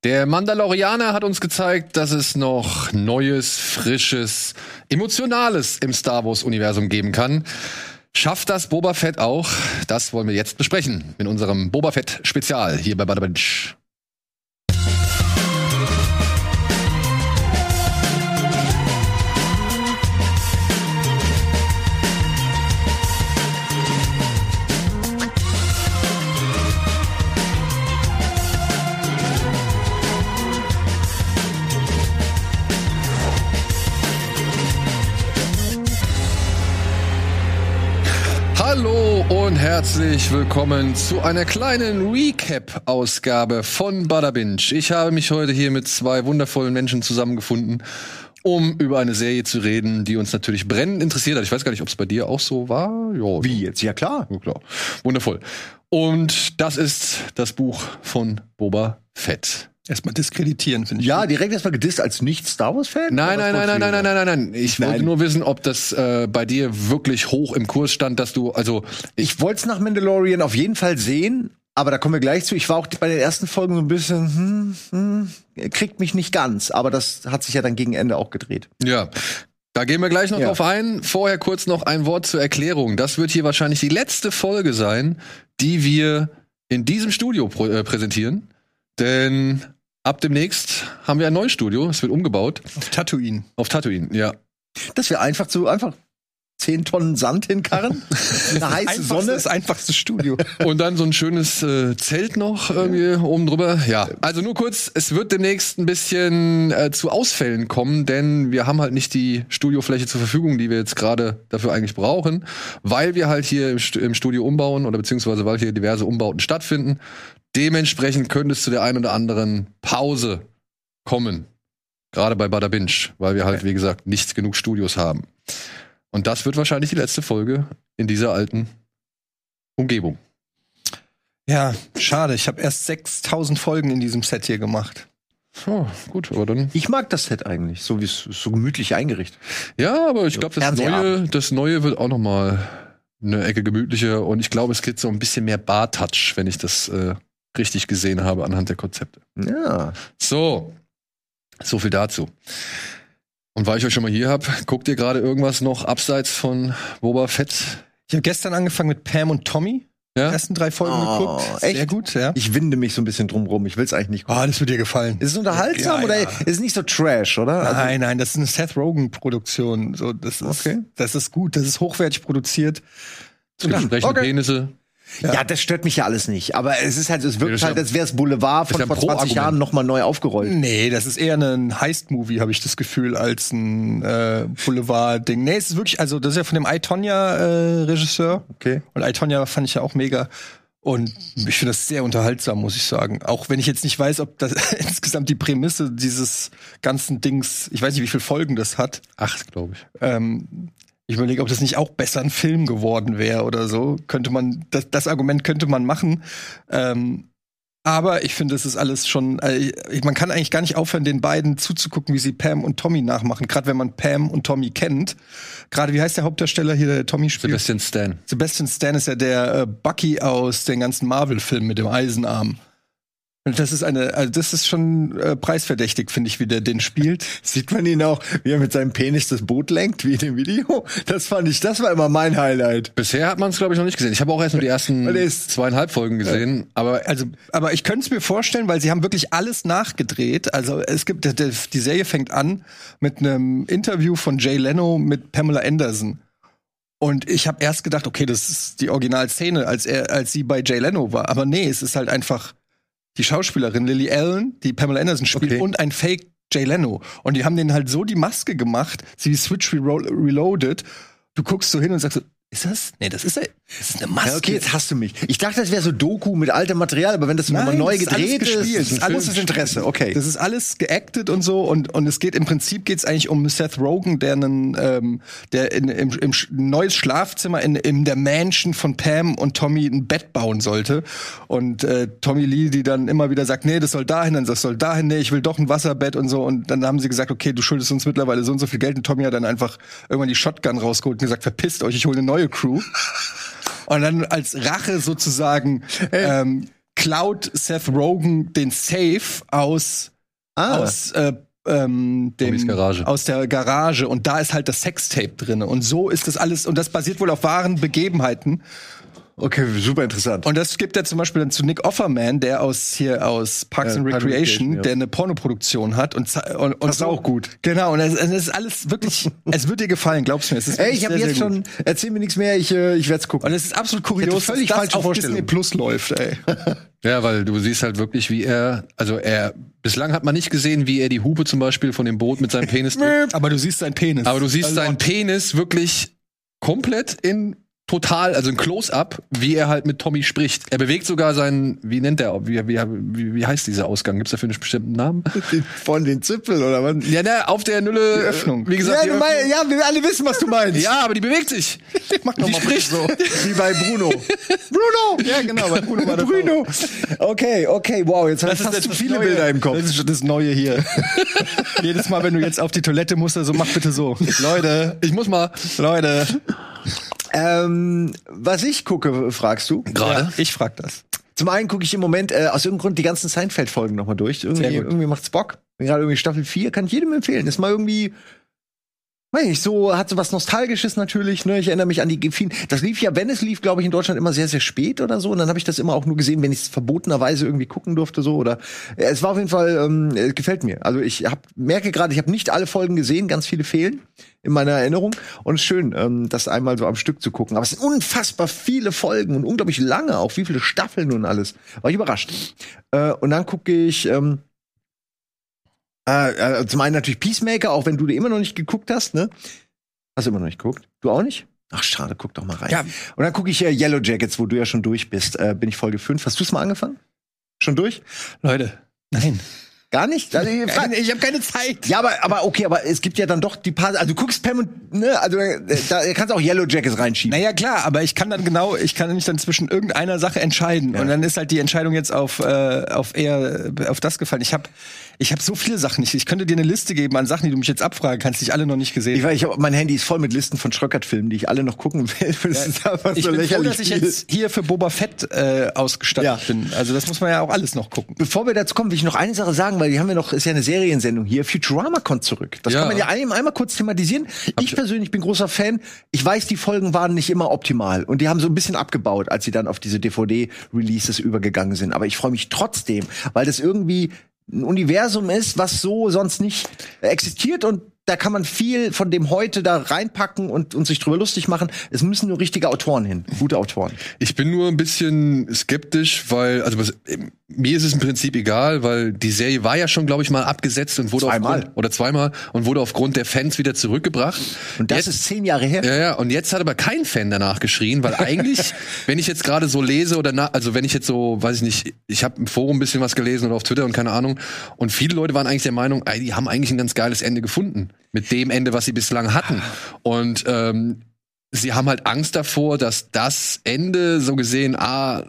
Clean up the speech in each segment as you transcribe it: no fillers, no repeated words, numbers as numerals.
Der Mandalorianer hat uns gezeigt, dass es noch Neues, Frisches, Emotionales im Star Wars-Universum geben kann. Schafft das Boba Fett auch? Das wollen wir jetzt besprechen in unserem Boba Fett-Spezial hier bei Bada Binge. Hallo und herzlich willkommen zu einer kleinen Recap-Ausgabe von Bada Binge. Ich habe mich heute hier mit zwei wundervollen Menschen zusammengefunden, um über eine Serie zu reden, die uns natürlich brennend interessiert hat. Ich weiß gar nicht, ob es bei dir auch so war. Ja, wie jetzt? Ja, klar. Ja, klar. Wundervoll. Und das ist das Buch von Boba Fett. Erstmal diskreditieren, finde ich. Ja, direkt erstmal gedisst als Nicht-Star Wars-Fan? Nein. Ich wollte nur wissen, ob das bei dir wirklich hoch im Kurs stand, dass du, also... Ich wollte es nach Mandalorian auf jeden Fall sehen, aber da kommen wir gleich zu. Ich war auch bei den ersten Folgen so ein bisschen, kriegt mich nicht ganz. Aber das hat sich ja dann gegen Ende auch gedreht. Ja. Da gehen wir gleich noch drauf ein. Vorher kurz noch ein Wort zur Erklärung. Das wird hier wahrscheinlich die letzte Folge sein, die wir in diesem Studio präsentieren. Denn ab demnächst haben wir ein neues Studio. Es wird umgebaut. Auf Tatooine, ja. Dass wir einfach 10 Tonnen Sand hinkarren. Eine heiße Sonne. Das einfachste Studio. Und dann so ein schönes Zelt noch irgendwie oben drüber. Ja, also nur kurz, es wird demnächst ein bisschen zu Ausfällen kommen, denn wir haben halt nicht die Studiofläche zur Verfügung, die wir jetzt gerade dafür eigentlich brauchen, weil wir halt hier im Studio umbauen oder beziehungsweise weil hier diverse Umbauten stattfinden. Dementsprechend könnte es zu der ein oder anderen Pause kommen. Gerade bei Bada Binge, weil wir halt, wie gesagt, nicht genug Studios haben. Und das wird wahrscheinlich die letzte Folge in dieser alten Umgebung. Ja, schade. Ich habe erst 6000 Folgen in diesem Set hier gemacht. Oh, gut, aber dann... Ich mag das Set eigentlich, so wie es so gemütlich eingerichtet. Ja, aber ich glaube, das Neue wird auch noch mal eine Ecke gemütlicher. Und ich glaube, es gibt so ein bisschen mehr Bar-Touch, wenn ich das richtig gesehen habe anhand der Konzepte. Ja. So viel dazu. Und weil ich euch schon mal hier hab, guckt ihr gerade irgendwas noch abseits von Boba Fett? Ich habe gestern angefangen mit Pam und Tommy. Ja? Die ersten 3 Folgen geguckt. Echt? Sehr gut, ja. Ich winde mich so ein bisschen drumrum. Ich will es eigentlich nicht gucken. Das wird dir gefallen. Ist es unterhaltsam oder ist es nicht so Trash, oder? Nein, das ist eine Seth Rogen-Produktion. So, das ist gut, das ist hochwertig produziert. Es gibt entsprechende Penisse. Ja, das stört mich ja alles nicht. Aber es wirkt halt, als wäre es Boulevard von vor 20 Jahren noch mal neu aufgerollt. Nee, das ist eher ein Heist-Movie, habe ich das Gefühl, als ein Boulevard-Ding. Nee, es ist wirklich, also das ist ja von dem I, Tonya Regisseur. Okay. Und I, Tonya fand ich ja auch mega. Und ich finde das sehr unterhaltsam, muss ich sagen. Auch wenn ich jetzt nicht weiß, ob das insgesamt die Prämisse dieses ganzen Dings, ich weiß nicht, wie viele Folgen das hat. 8, glaube ich. Ich überlege, ob das nicht auch besser ein Film geworden wäre oder so. Könnte man, das Argument könnte man machen. Aber ich finde, es ist alles schon, man kann eigentlich gar nicht aufhören, den beiden zuzugucken, wie sie Pam und Tommy nachmachen. Gerade wenn man Pam und Tommy kennt. Gerade, wie heißt der Hauptdarsteller hier, der Tommy spielt? Sebastian Stan. Sebastian Stan ist ja der Bucky aus den ganzen Marvel-Filmen mit dem Eisenarm. Und das ist schon preisverdächtig, finde ich, wie der den spielt. Sieht man ihn auch, wie er mit seinem Penis das Boot lenkt, wie in dem Video? Das war immer mein Highlight. Bisher hat man es, glaube ich, noch nicht gesehen. Ich habe auch erst nur die ersten 2,5 Folgen gesehen. Aber ich könnte es mir vorstellen, weil sie haben wirklich alles nachgedreht. Also es gibt, die Serie fängt an mit einem Interview von Jay Leno mit Pamela Anderson. Und ich habe erst gedacht, okay, das ist die Originalszene, als sie bei Jay Leno war. Aber nee, es ist halt einfach die Schauspielerin Lily Allen, die Pamela Anderson spielt, und ein Fake Jay Leno. Und die haben denen halt so die Maske gemacht, sie Switch Reloaded. Du guckst so hin und sagst so, ist das? Nee, das ist eine Maske. Ja, okay, jetzt hast du mich. Ich dachte, das wäre so Doku mit altem Material, aber wenn das nochmal neu gedreht ist, das ist alles großes Interesse. Okay. Das ist alles geactet und so und es geht im Prinzip eigentlich um Seth Rogen, der im neues Schlafzimmer in der Mansion von Pam und Tommy ein Bett bauen sollte und Tommy Lee, die dann immer wieder sagt, nee, das soll dahin, dann das soll dahin, nee, ich will doch ein Wasserbett und so und dann haben sie gesagt, okay, du schuldest uns mittlerweile so und so viel Geld und Tommy hat dann einfach irgendwann die Shotgun rausgeholt und gesagt, verpisst euch, ich hole eine neue Crew. Und dann als Rache sozusagen klaut Seth Rogen den Safe aus Garage. aus der Garage und da ist halt das Sextape drin. Und so ist das alles, und das basiert wohl auf wahren Begebenheiten. Okay, super interessant. Und das gibt er zum Beispiel dann zu Nick Offerman, der aus Parks and Recreation, ja. der eine Pornoproduktion hat. Und das ist so, auch gut. Genau, und das ist alles wirklich, es wird dir gefallen, glaubst mir. Es ist Ich habe jetzt schon, erzähl mir nichts mehr, ich werde es gucken. Und es ist absolut kurios, völlig dass das falsche auf Vorstellung. Disney Plus läuft, ey. Ja, weil du siehst halt wirklich, wie bislang hat man nicht gesehen, wie er die Hupe zum Beispiel von dem Boot mit seinem Penis drückt. Aber du siehst seinen Penis. Aber du siehst seinen Penis wirklich komplett in Close-up, wie er halt mit Tommy spricht. Er bewegt sogar seinen, wie heißt dieser Ausgang? Gibt's dafür einen bestimmten Namen? Von den Zipfeln oder was? Ja, auf der Nülle. Die Öffnung. Wie gesagt, die Öffnung. Wir alle wissen, was du meinst. Ja, aber die bewegt sich. Die spricht so. Wie bei Bruno. Bruno! Ja, genau, bei Bruno war das Bruno! Okay, wow, jetzt habe ich Das ist fast jetzt zu das viele Neue. Bilder im Kopf. Das ist das Neue hier. Jedes Mal, wenn du jetzt auf die Toilette musst, also mach bitte so. Leute, Ich muss mal. Leute. Was ich gucke, fragst du? Gerade? Ja, ich frag das. Zum einen gucke ich im Moment aus irgendeinem Grund die ganzen Seinfeld-Folgen nochmal durch. Sehr gut. Irgendwie macht's Bock. Gerade irgendwie Staffel 4, kann ich jedem empfehlen. Ist mal irgendwie, weiß nicht, hat so was Nostalgisches natürlich, ne? Ich erinnere mich an die vielen. Das lief ja, wenn es lief, glaube ich, in Deutschland immer sehr, sehr spät oder so. Und dann habe ich das immer auch nur gesehen, wenn ich es verbotenerweise irgendwie gucken durfte, so. Oder es war auf jeden Fall, gefällt mir. Also ich merke gerade, ich habe nicht alle Folgen gesehen, ganz viele fehlen in meiner Erinnerung. Und es ist schön, das einmal so am Stück zu gucken. Aber es sind unfassbar viele Folgen und unglaublich lange, auch wie viele Staffeln und alles. War ich überrascht. Und dann gucke ich zum einen natürlich Peacemaker, auch wenn du immer noch nicht geguckt hast, ne? Hast du immer noch nicht geguckt? Du auch nicht? Ach, schade, guck doch mal rein. Ja. Und dann gucke ich Yellow Jackets, wo du ja schon durch bist. Bin ich Folge 5. Hast du es mal angefangen? Schon durch? Leute, nein. Gar nicht? Also, Ich habe keine Zeit. ja, aber okay, aber es gibt ja dann doch die paar, also du guckst Pam und, ne, also da kannst du auch Yellow Jackets reinschieben. Naja, klar, aber ich kann mich dann zwischen irgendeiner Sache entscheiden. Ja. Und dann ist halt die Entscheidung jetzt auf das gefallen. Ich hab so viele Sachen. Ich könnte dir eine Liste geben an Sachen, die du mich jetzt abfragen kannst, die ich alle noch nicht gesehen habe. Mein Handy ist voll mit Listen von Schröckert-Filmen, die ich alle noch gucken will. Das ist einfach Ich so bin froh, lächerlich dass ich viel. jetzt hier für Boba Fett ausgestattet bin. Also das muss man ja auch alles noch gucken. Bevor wir dazu kommen, will ich noch eine Sache sagen, weil die haben wir noch, ist ja eine Seriensendung hier. Futurama kommt zurück. Das Ja. kann man ja einmal kurz thematisieren. Ich persönlich bin großer Fan. Ich weiß, die Folgen waren nicht immer optimal und die haben so ein bisschen abgebaut, als sie dann auf diese DVD-Releases übergegangen sind. Aber ich freue mich trotzdem, weil das irgendwie ein Universum ist, was so sonst nicht existiert und da kann man viel von dem heute da reinpacken und sich drüber lustig machen. Es müssen nur richtige Autoren hin, gute Autoren. Ich bin nur ein bisschen skeptisch, weil, mir ist es im Prinzip egal, weil die Serie war ja schon, glaube ich, mal abgesetzt und wurde zweimal und wurde aufgrund der Fans wieder zurückgebracht. Und das ist 10 Jahre her. Ja, und jetzt hat aber kein Fan danach geschrien, weil eigentlich, wenn ich jetzt gerade so lese also wenn ich jetzt so, weiß ich nicht, ich habe im Forum ein bisschen was gelesen oder auf Twitter und keine Ahnung, und viele Leute waren eigentlich der Meinung, die haben eigentlich ein ganz geiles Ende gefunden. Mit dem Ende, was sie bislang hatten. Und sie haben halt Angst davor, dass das Ende so gesehen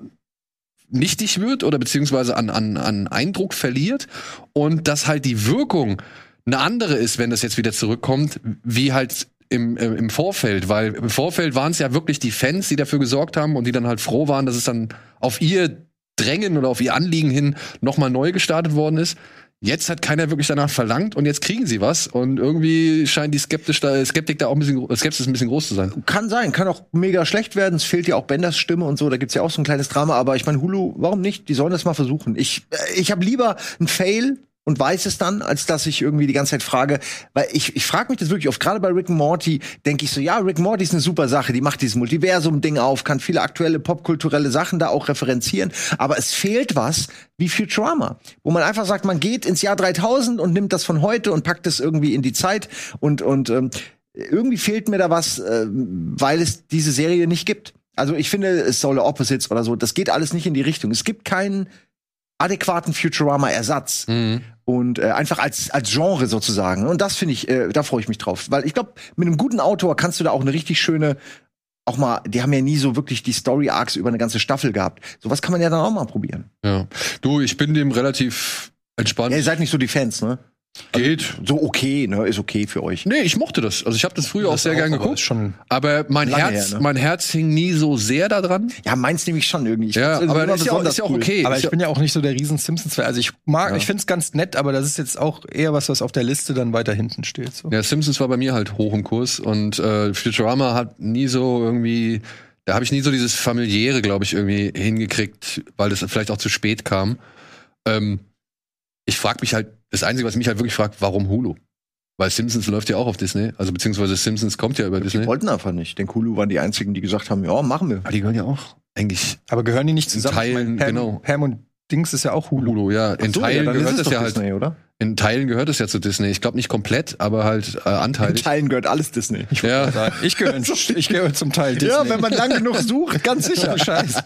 nichtig wird oder beziehungsweise an Eindruck verliert und dass halt die Wirkung eine andere ist, wenn das jetzt wieder zurückkommt, wie halt im Vorfeld. Weil im Vorfeld waren es ja wirklich die Fans, die dafür gesorgt haben und die dann halt froh waren, dass es dann auf ihr Drängen oder auf ihr Anliegen hin nochmal neu gestartet worden ist. Jetzt hat keiner wirklich danach verlangt und jetzt kriegen sie was und irgendwie scheint die Skepsis da auch ein bisschen groß zu sein. Kann sein, kann auch mega schlecht werden. Es fehlt ja auch Benders Stimme und so, da gibt's ja auch so ein kleines Drama, aber ich meine, Hulu, warum nicht? Die sollen das mal versuchen. Ich habe lieber einen Fail und weiß es dann, als dass ich irgendwie die ganze Zeit frage, weil ich frage mich das wirklich oft, gerade bei Rick and Morty denke ich so, ja, Rick and Morty ist eine super Sache, die macht dieses Multiversum-Ding auf, kann viele aktuelle popkulturelle Sachen da auch referenzieren, aber es fehlt was wie Futurama, wo man einfach sagt, man geht ins Jahr 3000 und nimmt das von heute und packt es irgendwie in die Zeit und irgendwie fehlt mir da was, weil es diese Serie nicht gibt. Also ich finde, es Solar Opposites oder so, das geht alles nicht in die Richtung. Es gibt keinen adäquaten Futurama-Ersatz. Mhm. Und einfach als Genre sozusagen. Und das finde ich, da freue ich mich drauf. Weil ich glaube, mit einem guten Autor kannst du da auch eine richtig schöne, auch mal, die haben ja nie so wirklich die Story-Arcs über eine ganze Staffel gehabt. Sowas kann man ja dann auch mal probieren. Ja. Du, ich bin dem relativ entspannt. Ja, ihr seid nicht so die Fans, ne? Geht. So okay, ne? Ist okay für euch. Nee, ich mochte das. Also ich habe das früher auch sehr gern aber geguckt. ist schon Aber mein lange Herz, her, ne? mein Herz hing nie so sehr da dran. Ja, meins nämlich schon irgendwie. Ich Ja, find's aber immer das ist ja besonders auch cool. okay. Aber Ist ich bin ja auch nicht so der riesen Simpsons-Fan. Also ich finde es ganz nett, aber das ist jetzt auch eher was auf der Liste dann weiter hinten steht. So. Ja, Simpsons war bei mir halt hoch im Kurs und Futurama hat nie so irgendwie, da habe ich nie so dieses familiäre, glaube ich, irgendwie hingekriegt, weil das vielleicht auch zu spät kam. Ich frage mich halt, das Einzige, was mich halt wirklich fragt, warum Hulu? Weil Simpsons läuft ja auch auf Disney, also beziehungsweise Simpsons kommt ja über Disney. Die wollten einfach nicht. Denn Hulu waren die einzigen, die gesagt haben, ja, machen wir. Aber die gehören ja auch eigentlich Aber gehören die nicht in zusammen? Teilen, Ich meine, genau. Pam und Dings ist ja auch Hulu. Hulu, ja. In Teilen dann ist gehört es das doch ja halt. Disney, oder? In Teilen gehört es ja zu Disney. Ich glaube nicht komplett, aber halt In anteilig. Teilen gehört alles Disney. Ja. Ich gehöre zum Teil Disney. Ja, wenn man lang genug sucht, ganz sicher. Scheiße.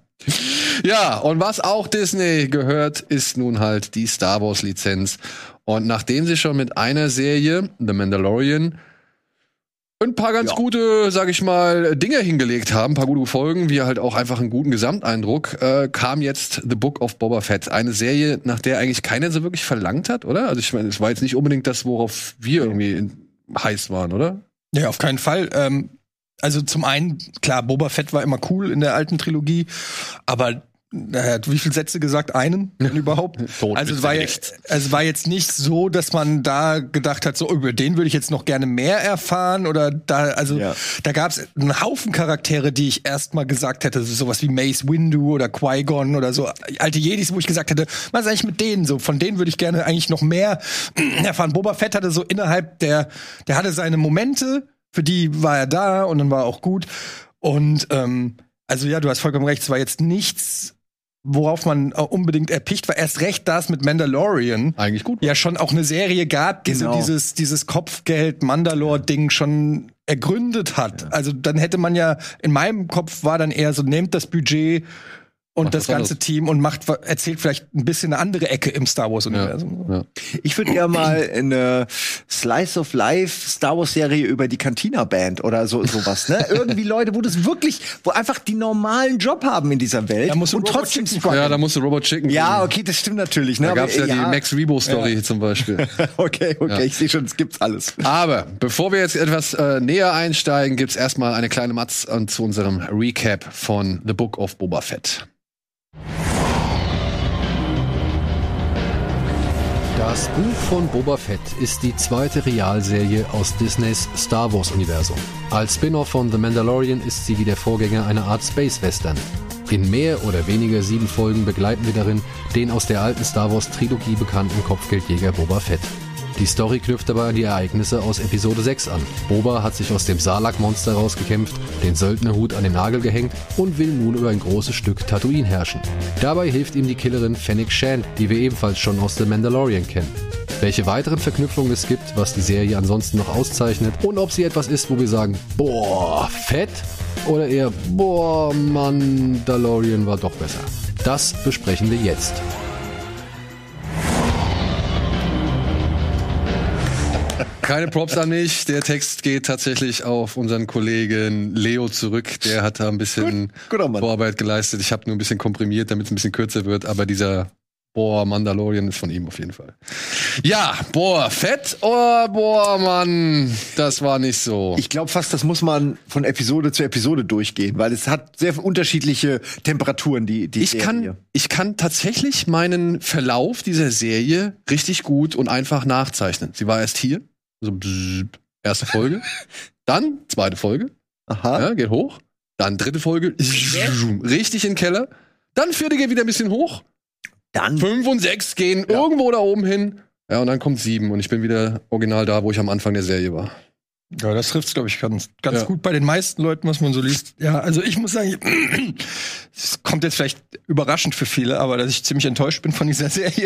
Ja, und was auch Disney gehört, ist nun halt die Star Wars Lizenz. Und nachdem sie schon mit einer Serie, The Mandalorian, ein paar ganz gute, sag ich mal, Dinge hingelegt haben, ein paar gute Folgen, wie halt auch einfach einen guten Gesamteindruck, kam jetzt The Book of Boba Fett. Eine Serie, nach der eigentlich keiner so wirklich verlangt hat, oder? Also ich meine, es war jetzt nicht unbedingt das, worauf wir irgendwie heiß waren, oder? Ja, auf keinen Fall. Also zum einen, klar, Boba Fett war immer cool in der alten Trilogie, aber er hat wie viele Sätze gesagt? Einen, wenn überhaupt? Tot Also mit es war jetzt nicht so, dass man da gedacht hat, so über den würde ich jetzt noch gerne mehr erfahren oder da gab es einen Haufen Charaktere, die ich erst mal gesagt hätte, sowas wie Mace Windu oder Qui-Gon oder so alte Jedis, wo ich gesagt hätte, was ist eigentlich mit denen so? Von denen würde ich gerne eigentlich noch mehr erfahren. Boba Fett hatte so innerhalb der hatte seine Momente, für die war er da und dann war er auch gut und also ja, du hast vollkommen recht, es war jetzt nichts, worauf man unbedingt erpicht war. Erst recht das mit Mandalorian. Eigentlich gut. Ja, schon auch eine Serie gab, die Genau. so dieses Kopfgeld-Mandalore-Ding schon ergründet hat. Ja. Also dann hätte man ja, in meinem Kopf war dann eher so, nehmt das Budget und das ganze Team und erzählt vielleicht ein bisschen eine andere Ecke im Star Wars-Universum. Ja. Ich würde eher mal eine Slice of Life Star Wars Serie über die Cantina Band oder sowas, ne? Irgendwie Leute, wo einfach die normalen Job haben in dieser Welt Da musst du und Robot trotzdem Chicken strugglen. Ja, da musste Robot Chicken. Ja, okay, das stimmt natürlich, ne? Da gab's ja Aber, die Max Rebo-Story zum Beispiel. Okay, Ja. ich sehe schon, es gibt's alles. Aber bevor wir jetzt etwas näher einsteigen, gibt's erstmal eine kleine Matz zu unserem Recap von The Book of Boba Fett. Das Buch von Boba Fett ist die zweite Realserie aus Disneys Star Wars-Universum. Als Spin-off von The Mandalorian ist sie wie der Vorgänger eine Art Space-Western. In mehr oder weniger 7 Folgen begleiten wir darin den aus der alten Star Wars-Trilogie bekannten Kopfgeldjäger Boba Fett. Die Story knüpft aber an die Ereignisse aus Episode 6 an. Boba hat sich aus dem Sarlacc-Monster rausgekämpft, den Söldnerhut an den Nagel gehängt und will nun über ein großes Stück Tatooine herrschen. Dabei hilft ihm die Killerin Fennec Shand, die wir ebenfalls schon aus The Mandalorian kennen. Welche weiteren Verknüpfungen es gibt, was die Serie ansonsten noch auszeichnet und ob sie etwas ist, wo wir sagen, boah, Fett oder eher, boah, Mandalorian war doch besser. Das besprechen wir jetzt. Keine Props an mich. Der Text geht tatsächlich auf unseren Kollegen Leo zurück. Der hat da ein bisschen Guter Mann. Vorarbeit geleistet. Ich habe nur ein bisschen komprimiert, damit es ein bisschen kürzer wird. Aber dieser Mandalorian ist von ihm auf jeden Fall. Ja, Fett oder Mann, das war nicht so. Ich glaube fast, das muss man von Episode zu Episode durchgehen, weil es hat sehr unterschiedliche Temperaturen, die Serie. Ich kann tatsächlich meinen Verlauf dieser Serie richtig gut und einfach nachzeichnen. Sie war erst hier, so erste Folge, dann zweite Folge, Aha. ja, geht hoch, dann dritte Folge, richtig in den Keller, dann vierte geht wieder ein bisschen hoch, Dann 5 und 6 gehen irgendwo da oben hin, ja, und dann kommt 7 und ich bin wieder original da, wo ich am Anfang der Serie war. Ja, das trifft's, glaube ich, ganz gut bei den meisten Leuten, was man so liest. Ja, also ich muss sagen, es kommt jetzt vielleicht überraschend für viele, aber dass ich ziemlich enttäuscht bin von dieser Serie.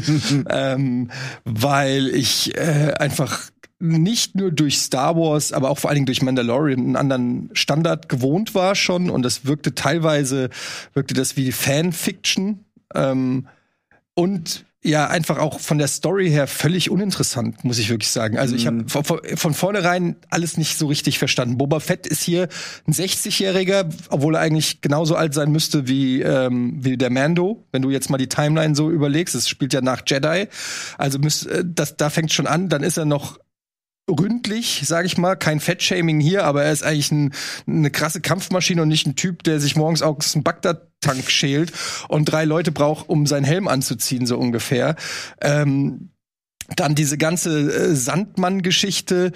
Weil ich einfach nicht nur durch Star Wars, aber auch vor allen Dingen durch Mandalorian einen anderen Standard gewohnt war schon und das wirkte das wie Fanfiction. Und ja einfach auch von der Story her völlig uninteressant, muss ich wirklich sagen. Also ich habe von vornherein alles nicht so richtig verstanden. Boba Fett ist hier ein 60-Jähriger, obwohl er eigentlich genauso alt sein müsste wie der Mando. Wenn du jetzt mal die Timeline so überlegst, es spielt ja nach Jedi. Also da fängt schon an, dann ist er noch ründlich, sag ich mal, kein Fettshaming hier, aber er ist eigentlich eine krasse Kampfmaschine und nicht ein Typ, der sich morgens aus dem Bagdad-Tank schält und 3 Leute braucht, um seinen Helm anzuziehen, so ungefähr. Dann diese ganze Sandmann-Geschichte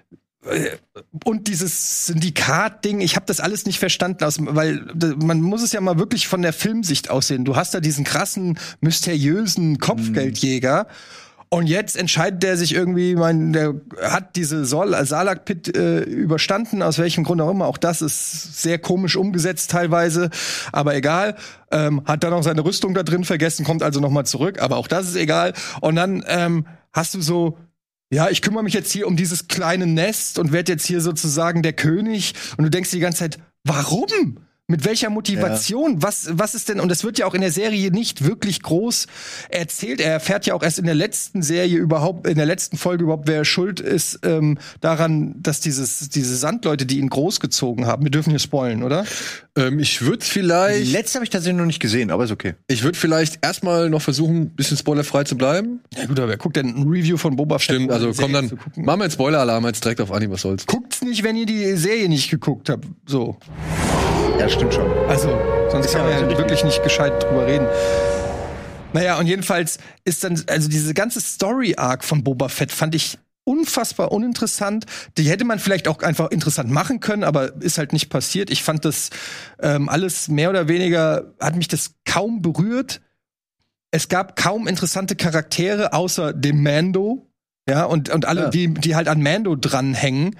und dieses Syndikat-Ding, ich habe das alles nicht verstanden, weil man muss es ja mal wirklich von der Filmsicht aussehen. Du hast da diesen krassen, mysteriösen Kopfgeldjäger. Und jetzt entscheidet der sich irgendwie, der hat diese Salak-Pit überstanden, aus welchem Grund auch immer. Auch das ist sehr komisch umgesetzt teilweise, aber egal. Hat dann auch seine Rüstung da drin vergessen, kommt also noch mal zurück, aber auch das ist egal. Und dann hast du so, ja, ich kümmere mich jetzt hier um dieses kleine Nest und werde jetzt hier sozusagen der König. Und du denkst die ganze Zeit, warum? Mit welcher Motivation? Ja. Was ist denn, und das wird ja auch in der Serie nicht wirklich groß erzählt. Er erfährt ja auch erst in der letzten Folge überhaupt, wer schuld ist daran, dass diese Sandleute, die ihn großgezogen haben, wir dürfen hier spoilen, oder? Ich würde vielleicht. Die letzte habe ich tatsächlich noch nicht gesehen, aber ist okay. Ich würde vielleicht erstmal noch versuchen, ein bisschen spoilerfrei zu bleiben. Ja gut, aber wer guckt denn ein Review von Boba Fett? Stimmt, also komm dann, machen wir jetzt Spoiler-Alarm jetzt direkt auf Anime, was soll's. Guckt's nicht, wenn ihr die Serie nicht geguckt habt, so. Ja, stimmt schon. Also, sonst kann man ja wirklich nicht gescheit drüber reden. Naja, und jedenfalls ist dann, also diese ganze Story-Arc von Boba Fett fand ich unfassbar uninteressant. Die hätte man vielleicht auch einfach interessant machen können, aber ist halt nicht passiert. Ich fand das alles mehr oder weniger, hat mich das kaum berührt. Es gab kaum interessante Charaktere, außer dem Mando. Ja, und alle, die halt an Mando dranhängen.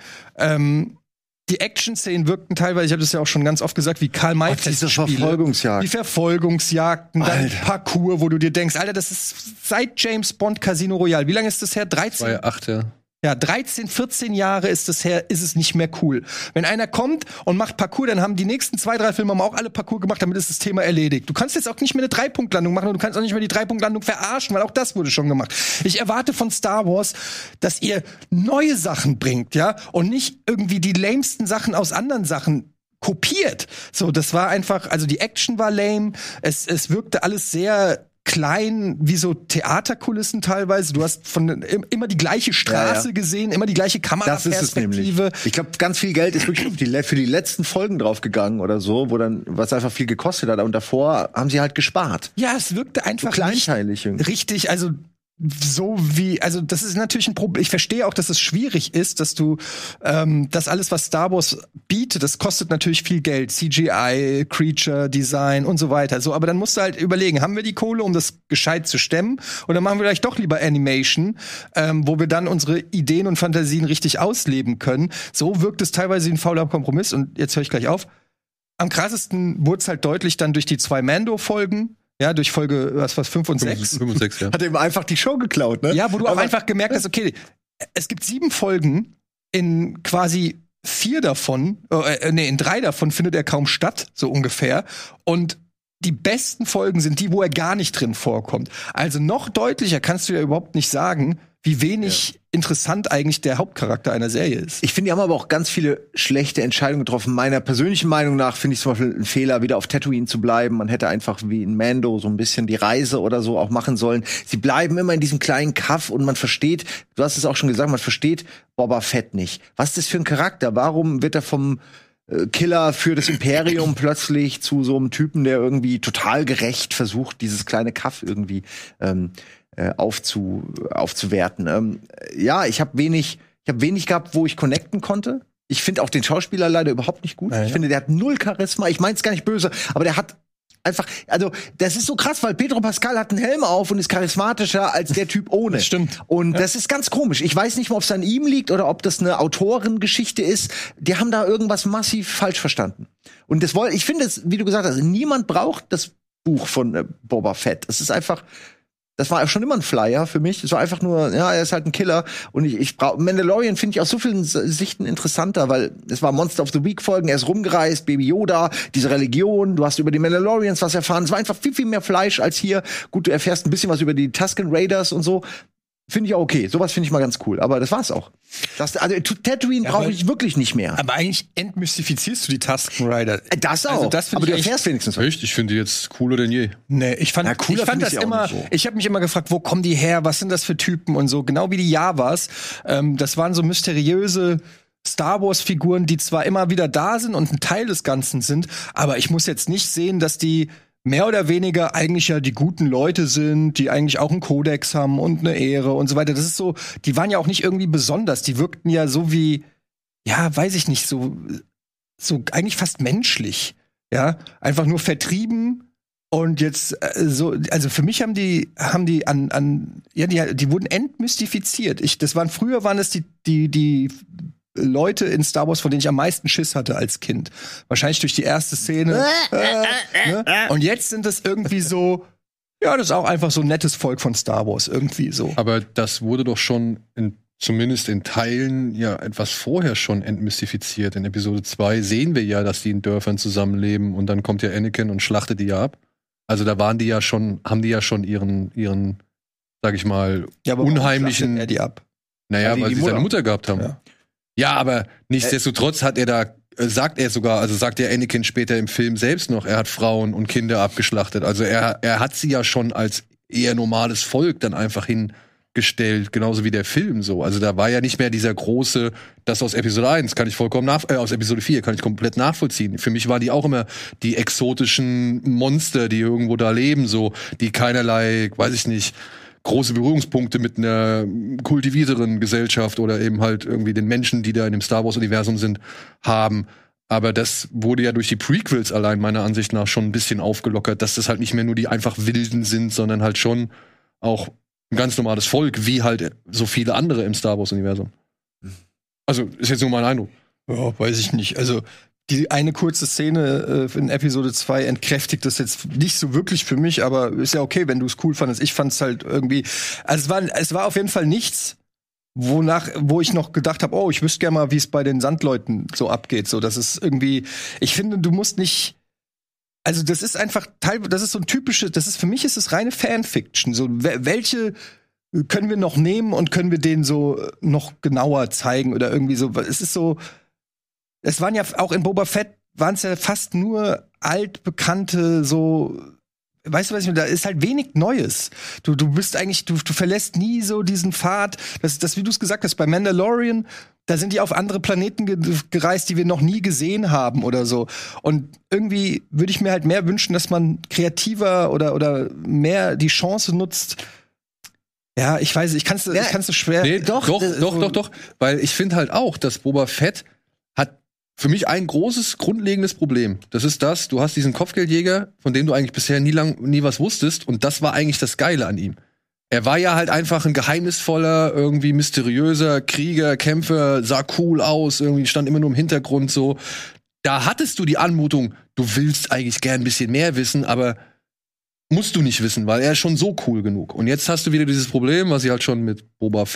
Die Action-Szenen wirkten teilweise, ich habe das ja auch schon ganz oft gesagt, wie Karl May-Festspiele. Die Verfolgungsjagden, dann Parcours, wo du dir denkst, Alter, das ist seit James Bond Casino Royale. Wie lange ist das her? 13? 2008, ja. Ja, 13, 14 Jahre ist es her, ist es nicht mehr cool. Wenn einer kommt und macht Parcours, dann haben die nächsten 2, 3 Filme auch alle Parcours gemacht, damit ist das Thema erledigt. Du kannst jetzt auch nicht mehr eine 3-Punkt-Landung machen und du kannst auch nicht mehr die 3-Punkt-Landung verarschen, weil auch das wurde schon gemacht. Ich erwarte von Star Wars, dass ihr neue Sachen bringt, ja, und nicht irgendwie die lamesten Sachen aus anderen Sachen kopiert. So, das war einfach, also die Action war lame, es wirkte alles sehr klein, wie so Theaterkulissen teilweise. Du hast immer die gleiche Straße gesehen, immer die gleiche Kameraperspektive. Das ist es nämlich. Ich glaube, ganz viel Geld ist wirklich für die letzten Folgen draufgegangen oder so, was einfach viel gekostet hat. Und davor haben sie halt gespart. Ja, es wirkte einfach so kleinteilig nicht richtig, also also das ist natürlich ein Problem. Ich verstehe auch, dass es schwierig ist, dass du das alles, was Star Wars bietet, das kostet natürlich viel Geld. CGI, Creature Design und so weiter. So, aber dann musst du halt überlegen, haben wir die Kohle, um das gescheit zu stemmen? Oder machen wir vielleicht doch lieber Animation, wo wir dann unsere Ideen und Fantasien richtig ausleben können? So wirkt es teilweise wie ein fauler Kompromiss. Und jetzt höre ich gleich auf. Am krassesten wurde es halt deutlich dann durch die 2 Mando-Folgen. Ja, durch Folge 5 und 6. 5 und 6, ja. Hat eben einfach die Show geklaut, ne? Ja, wo du auch einfach gemerkt hast, okay, es gibt 7 Folgen, in quasi 4 davon, in 3 davon findet er kaum statt, so ungefähr. Und die besten Folgen sind die, wo er gar nicht drin vorkommt. Also noch deutlicher kannst du ja überhaupt nicht sagen, wie wenig interessant eigentlich der Hauptcharakter einer Serie ist. Ich finde, die haben aber auch ganz viele schlechte Entscheidungen getroffen. Meiner persönlichen Meinung nach finde ich zum Beispiel einen Fehler, wieder auf Tatooine zu bleiben. Man hätte einfach wie in Mando so ein bisschen die Reise oder so auch machen sollen. Sie bleiben immer in diesem kleinen Kaff und man versteht, du hast es auch schon gesagt, man versteht Boba Fett nicht. Was ist das für ein Charakter? Warum wird er vom Killer für das Imperium plötzlich zu so einem Typen, der irgendwie total gerecht versucht, dieses kleine Kaff irgendwie aufzuwerten. Ja, ich habe wenig gehabt, wo ich connecten konnte. Ich finde auch den Schauspieler leider überhaupt nicht gut. Ich finde, der hat 0 Charisma. Ich meine es gar nicht böse, aber der hat einfach, also das ist so krass, weil Pedro Pascal hat einen Helm auf und ist charismatischer als der Typ ohne. Das stimmt. Und das ist ganz komisch. Ich weiß nicht mal, ob es an ihm liegt oder ob das eine Autorengeschichte ist. Die haben da irgendwas massiv falsch verstanden. Und ich finde es, wie du gesagt hast, niemand braucht das Buch von Boba Fett. Es ist einfach Das war schon immer ein Flyer für mich. Es war einfach nur, ja, er ist halt ein Killer. Und ich brauche Mandalorian finde ich aus so vielen Sichten interessanter, weil es war Monster of the Week Folgen, er ist rumgereist, Baby Yoda, diese Religion, du hast über die Mandalorians was erfahren. Es war einfach viel, viel mehr Fleisch als hier. Gut, du erfährst ein bisschen was über die Tusken Raiders und so. Finde ich auch okay. Sowas finde ich mal ganz cool. Aber das war's auch. Also Tatooine brauche ich wirklich nicht mehr. Aber eigentlich entmystifizierst du die Tusken Rider. Das auch. Also das aber du ich erfährst wenigstens. Echt? Ich finde die jetzt cooler denn je. Nee, ich fand das immer. So. Ich habe mich immer gefragt, wo kommen die her? Was sind das für Typen und so? Genau wie die Javas. Das waren so mysteriöse Star Wars Figuren, die zwar immer wieder da sind und ein Teil des Ganzen sind, aber ich muss jetzt nicht sehen, dass die mehr oder weniger eigentlich ja die guten Leute sind, die eigentlich auch einen Kodex haben und eine Ehre und so weiter. Das ist so, die waren ja auch nicht irgendwie besonders. Die wirkten ja so wie, ja, weiß ich nicht, so eigentlich fast menschlich. Ja, einfach nur vertrieben und jetzt so, also für mich die wurden entmystifiziert. Früher waren es die Leute in Star Wars, von denen ich am meisten Schiss hatte als Kind. Wahrscheinlich durch die erste Szene. Ne? Und jetzt sind es irgendwie so, ja, das ist auch einfach so ein nettes Volk von Star Wars, irgendwie so. Aber das wurde doch schon zumindest in Teilen ja etwas vorher schon entmystifiziert. In Episode 2 sehen wir ja, dass die in Dörfern zusammenleben und dann kommt ja Anakin und schlachtet die ja ab. Also da haben die ja schon ihren, sag ich mal, ja, aber unheimlichen. Er die ab? Naja, weil sie seine Mutter gehabt haben. Ja. Ja, aber nichtsdestotrotz sagt er Anakin später im Film selbst noch, er hat Frauen und Kinder abgeschlachtet. Also er hat sie ja schon als eher normales Volk dann einfach hingestellt, genauso wie der Film so. Also da war ja nicht mehr dieser große, das aus Episode 1 kann ich vollkommen aus Episode 4 kann ich komplett nachvollziehen. Für mich waren die auch immer die exotischen Monster, die irgendwo da leben, so, die keinerlei, weiß ich nicht, große Berührungspunkte mit einer kultivierteren Gesellschaft oder eben halt irgendwie den Menschen, die da in dem Star Wars-Universum sind, haben. Aber das wurde ja durch die Prequels allein meiner Ansicht nach schon ein bisschen aufgelockert, dass das halt nicht mehr nur die einfach Wilden sind, sondern halt schon auch ein ganz normales Volk, wie halt so viele andere im Star Wars-Universum. Also, ist jetzt nur mein Eindruck. Ja, weiß ich nicht. Also, die eine kurze Szene in Episode 2 entkräftigt das jetzt nicht so wirklich für mich, aber ist ja okay, wenn du es cool fandest. Ich fand es halt irgendwie, also es war auf jeden Fall nichts, wo ich noch gedacht habe, oh, ich wüsste gerne mal, wie es bei den Sandleuten so abgeht. So, das ist irgendwie, ich finde, du musst nicht, also das ist einfach das ist so ein typisches, für mich ist es reine Fanfiction. So, welche können wir noch nehmen und können wir den so noch genauer zeigen oder irgendwie so, es ist so. Es waren ja auch in Boba Fett waren es ja fast nur altbekannte, so, weißt du, was ich meine? Da ist halt wenig Neues. Du bist eigentlich, du verlässt nie so diesen Pfad. Das wie du es gesagt hast, bei Mandalorian, da sind die auf andere Planeten gereist, die wir noch nie gesehen haben oder so. Und irgendwie würde ich mir halt mehr wünschen, dass man kreativer oder mehr die Chance nutzt. Ja, ich weiß, ich kann es so schwer. Nee, doch. Weil ich finde halt auch, dass Boba Fett hat für mich ein großes, grundlegendes Problem. Das ist du hast diesen Kopfgeldjäger, von dem du eigentlich bisher nie was wusstest. Und das war eigentlich das Geile an ihm. Er war ja halt einfach ein geheimnisvoller, irgendwie mysteriöser Krieger, Kämpfer, sah cool aus, irgendwie stand immer nur im Hintergrund so. Da hattest du die Anmutung, du willst eigentlich gern ein bisschen mehr wissen, aber musst du nicht wissen, weil er ist schon so cool genug. Und jetzt hast du wieder dieses Problem, was sie halt schon mit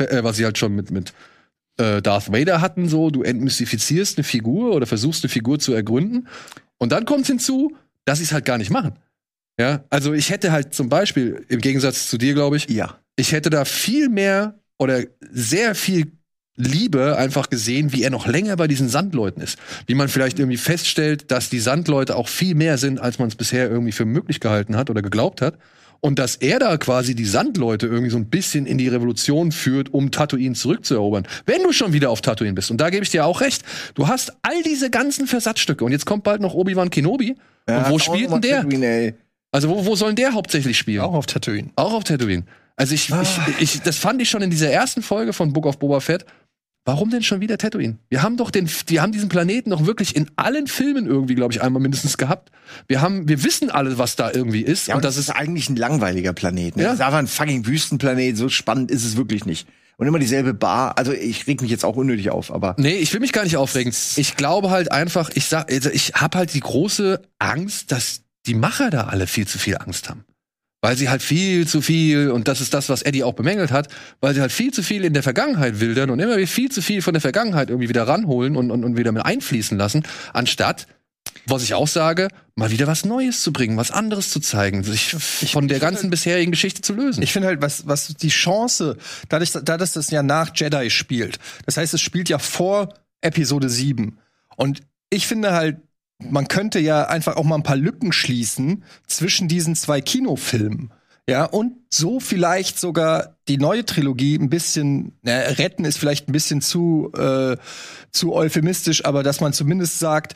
mit Darth Vader hatten, so, du entmystifizierst eine Figur oder versuchst eine Figur zu ergründen und dann kommt hinzu, dass sie es halt gar nicht machen. Ja, also ich hätte halt zum Beispiel, im Gegensatz zu dir, glaube ich, ich hätte da viel mehr oder sehr viel Liebe einfach gesehen, wie er noch länger bei diesen Sandleuten ist. Wie man vielleicht irgendwie feststellt, dass die Sandleute auch viel mehr sind, als man es bisher irgendwie für möglich gehalten hat oder geglaubt hat. Und dass er da quasi die Sandleute irgendwie so ein bisschen in die Revolution führt, um Tatooine zurückzuerobern. Wenn du schon wieder auf Tatooine bist, und da gebe ich dir auch recht, du hast all diese ganzen Versatzstücke. Und jetzt kommt bald noch Obi-Wan Kenobi. Ja, und wo spielt denn der? Tatooine, also wo soll denn der hauptsächlich spielen? Auch auf Tatooine. Auch auf Tatooine. Also das fand ich schon in dieser ersten Folge von Book of Boba Fett. Warum denn schon wieder Tatooine? Wir haben diesen Planeten doch wirklich in allen Filmen irgendwie, glaube ich, einmal mindestens gehabt. Wir wissen alle, was da irgendwie ist. Ja, und das ist eigentlich ein langweiliger Planet. Ne? Ja. Das ist einfach ein fucking Wüstenplanet. So spannend ist es wirklich nicht. Und immer dieselbe Bar. Also ich reg mich jetzt auch unnötig auf, aber. Nee, ich will mich gar nicht aufregen. Ich glaube halt einfach, ich habe halt die große Angst, dass die Macher da alle viel zu viel Angst haben. Weil sie halt viel zu viel, und das ist das, was Eddie auch bemängelt hat, weil sie halt viel zu viel in der Vergangenheit wildern und immer wieder viel zu viel von der Vergangenheit irgendwie wieder ranholen und wieder mit einfließen lassen, anstatt, was ich auch sage, mal wieder was Neues zu bringen, was anderes zu zeigen, sich von der ganzen bisherigen Geschichte zu lösen. Ich finde halt, was die Chance, dadurch, dass das ja nach Jedi spielt, das heißt, es spielt ja vor Episode 7. Und ich finde halt, man könnte ja einfach auch mal ein paar Lücken schließen zwischen diesen 2 Kinofilmen. Ja, und so vielleicht sogar die neue Trilogie ein bisschen, retten ist vielleicht ein bisschen zu euphemistisch, aber dass man zumindest sagt,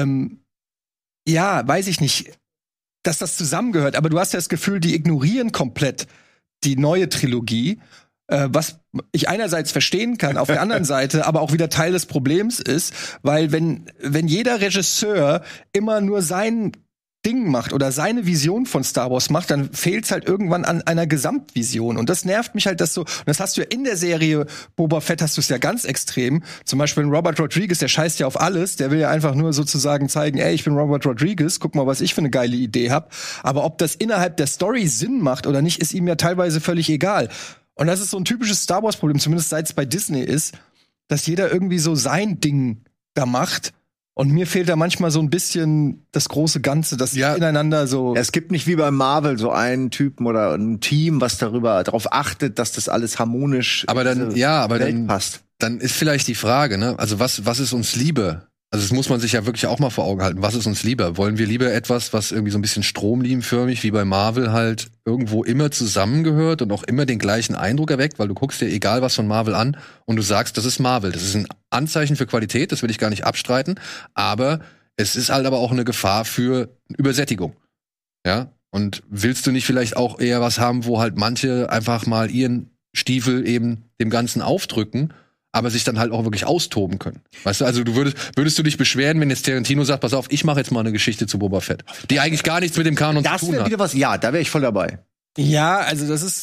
ja, weiß ich nicht, dass das zusammengehört. Aber du hast ja das Gefühl, die ignorieren komplett die neue Trilogie, was ich einerseits verstehen kann, auf der anderen Seite aber auch wieder Teil des Problems ist, weil wenn jeder Regisseur immer nur sein Ding macht oder seine Vision von Star Wars macht, dann fehlt's halt irgendwann an einer Gesamtvision. Und das nervt mich halt, dass so, und das hast du ja in der Serie Boba Fett hast du es ja ganz extrem. Zum Beispiel Robert Rodriguez, der scheißt ja auf alles, der will ja einfach nur sozusagen zeigen, ey, ich bin Robert Rodriguez, guck mal, was ich für eine geile Idee hab. Aber ob das innerhalb der Story Sinn macht oder nicht, ist ihm ja teilweise völlig egal. Und das ist so ein typisches Star Wars-Problem, zumindest seit es bei Disney ist, dass jeder irgendwie so sein Ding da macht. Und mir fehlt da manchmal so ein bisschen das große Ganze, das ineinander so. Es gibt nicht wie bei Marvel so einen Typen oder ein Team, was darauf achtet, dass das alles harmonisch passt. Dann ist vielleicht die Frage, ne? Also was ist uns Liebe? Also das muss man sich ja wirklich auch mal vor Augen halten. Was ist uns lieber? Wollen wir lieber etwas, was irgendwie so ein bisschen stromlinienförmig wie bei Marvel halt irgendwo immer zusammengehört und auch immer den gleichen Eindruck erweckt? Weil du guckst dir egal was von Marvel an und du sagst, das ist Marvel. Das ist ein Anzeichen für Qualität, das will ich gar nicht abstreiten. Aber es ist halt aber auch eine Gefahr für Übersättigung. Ja? Und willst du nicht vielleicht auch eher was haben, wo halt manche einfach mal ihren Stiefel eben dem Ganzen aufdrücken, aber sich dann halt auch wirklich austoben können. Weißt du, also würdest du dich beschweren, wenn jetzt Tarantino sagt, pass auf, ich mache jetzt mal eine Geschichte zu Boba Fett, die eigentlich gar nichts mit dem Kanon zu tun hat. Das wäre wieder was, ja, da wäre ich voll dabei. Ja, also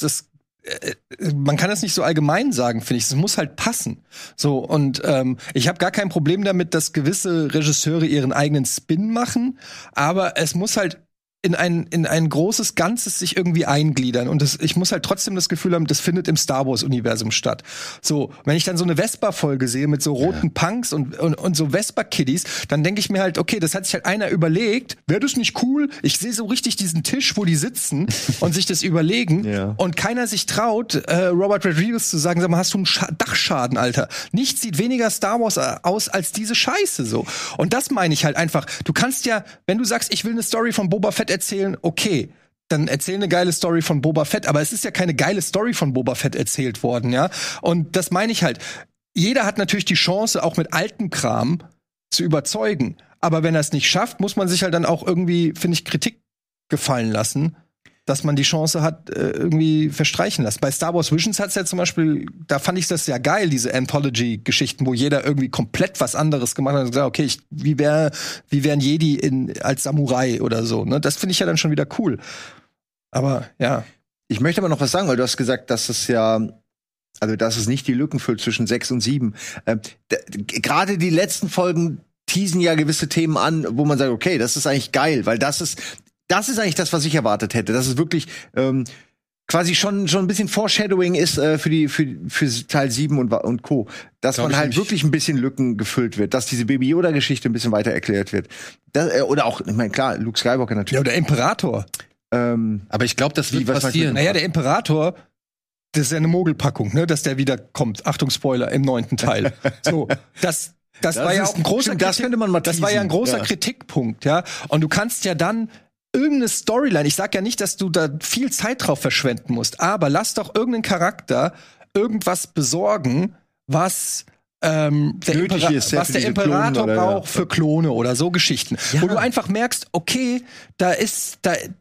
man kann das nicht so allgemein sagen, finde ich. Es muss halt passen. So, und ich habe gar kein Problem damit, dass gewisse Regisseure ihren eigenen Spin machen, aber es muss halt in ein großes Ganzes sich irgendwie eingliedern. Und ich muss halt trotzdem das Gefühl haben, das findet im Star Wars-Universum statt. So, wenn ich dann so eine Vespa-Folge sehe mit so roten Punks und so Vespa-Kiddies, dann denke ich mir halt, okay, das hat sich halt einer überlegt. Wäre das nicht cool? Ich sehe so richtig diesen Tisch, wo die sitzen und sich das überlegen. Ja. Und keiner sich traut, Robert Rodriguez zu sagen, sag mal, hast du einen Dachschaden, Alter? Nichts sieht weniger Star Wars aus als diese Scheiße so. Und das meine ich halt einfach. Du kannst ja, wenn du sagst, ich will eine Story von Boba Fett erzählen, okay, dann erzähl eine geile Story von Boba Fett, aber es ist ja keine geile Story von Boba Fett erzählt worden, ja? Und das meine ich halt. Jeder hat natürlich die Chance, auch mit altem Kram zu überzeugen, aber wenn er es nicht schafft, muss man sich halt dann auch irgendwie, finde ich, Kritik gefallen lassen, dass man die Chance hat, irgendwie verstreichen lassen. Bei Star Wars Visions hat's ja zum Beispiel, da fand ich das ja geil, diese Anthology-Geschichten, wo jeder irgendwie komplett was anderes gemacht hat und gesagt, okay, wie wären Jedi als Samurai oder so, ne? Das finde ich ja dann schon wieder cool. Aber, ja. Ich möchte aber noch was sagen, weil du hast gesagt, dass es nicht die Lücken füllt zwischen 6 und 7. Gerade die letzten Folgen teasen ja gewisse Themen an, wo man sagt, okay, das ist eigentlich geil, weil das ist eigentlich das, was ich erwartet hätte. Dass es wirklich quasi schon ein bisschen Foreshadowing ist für Teil 7 und Co. Dass man halt wirklich ein bisschen Lücken gefüllt wird, dass diese Baby Yoda-Geschichte ein bisschen weiter erklärt wird. Oder auch, ich meine, klar, Luke Skywalker natürlich. Ja, oder Imperator. Aber ich glaube, das wird passieren. Naja, der Imperator, das ist ja eine Mogelpackung, ne, dass der wieder kommt. Achtung, Spoiler, im 9. Teil. So, das war ja auch ein großer Kritikpunkt, ja. Und du kannst ja dann irgendeine Storyline, ich sag ja nicht, dass du da viel Zeit drauf verschwenden musst, aber lass doch irgendeinen Charakter irgendwas besorgen, was der Imperator braucht für Klone oder so Geschichten. Ja. Wo du einfach merkst, okay, das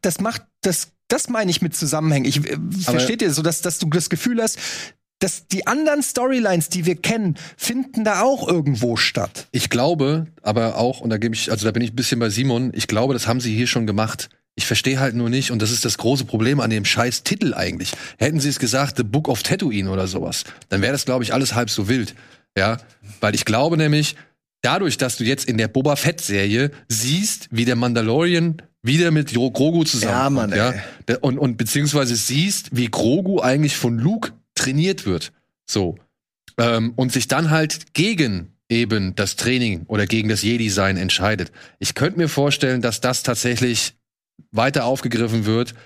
meine ich mit Zusammenhängen. Versteht ihr so, dass du das Gefühl hast, dass die anderen Storylines, die wir kennen, finden da auch irgendwo statt. Ich glaube, aber auch, und da bin ich ein bisschen bei Simon, ich glaube, das haben sie hier schon gemacht. Ich verstehe halt nur nicht, und das ist das große Problem an dem scheiß Titel eigentlich. Hätten sie es gesagt, The Book of Tatooine oder sowas, dann wäre das, glaube ich, alles halb so wild. Ja, weil ich glaube nämlich, dadurch, dass du jetzt in der Boba Fett-Serie siehst, wie der Mandalorian wieder mit Grogu zusammen. Mann, ey. Und beziehungsweise siehst, wie Grogu eigentlich von Luke trainiert wird. So. Und sich dann halt gegen eben das Training oder gegen das Jedi-Sein entscheidet. Ich könnte mir vorstellen, dass das tatsächlich weiter aufgegriffen wird,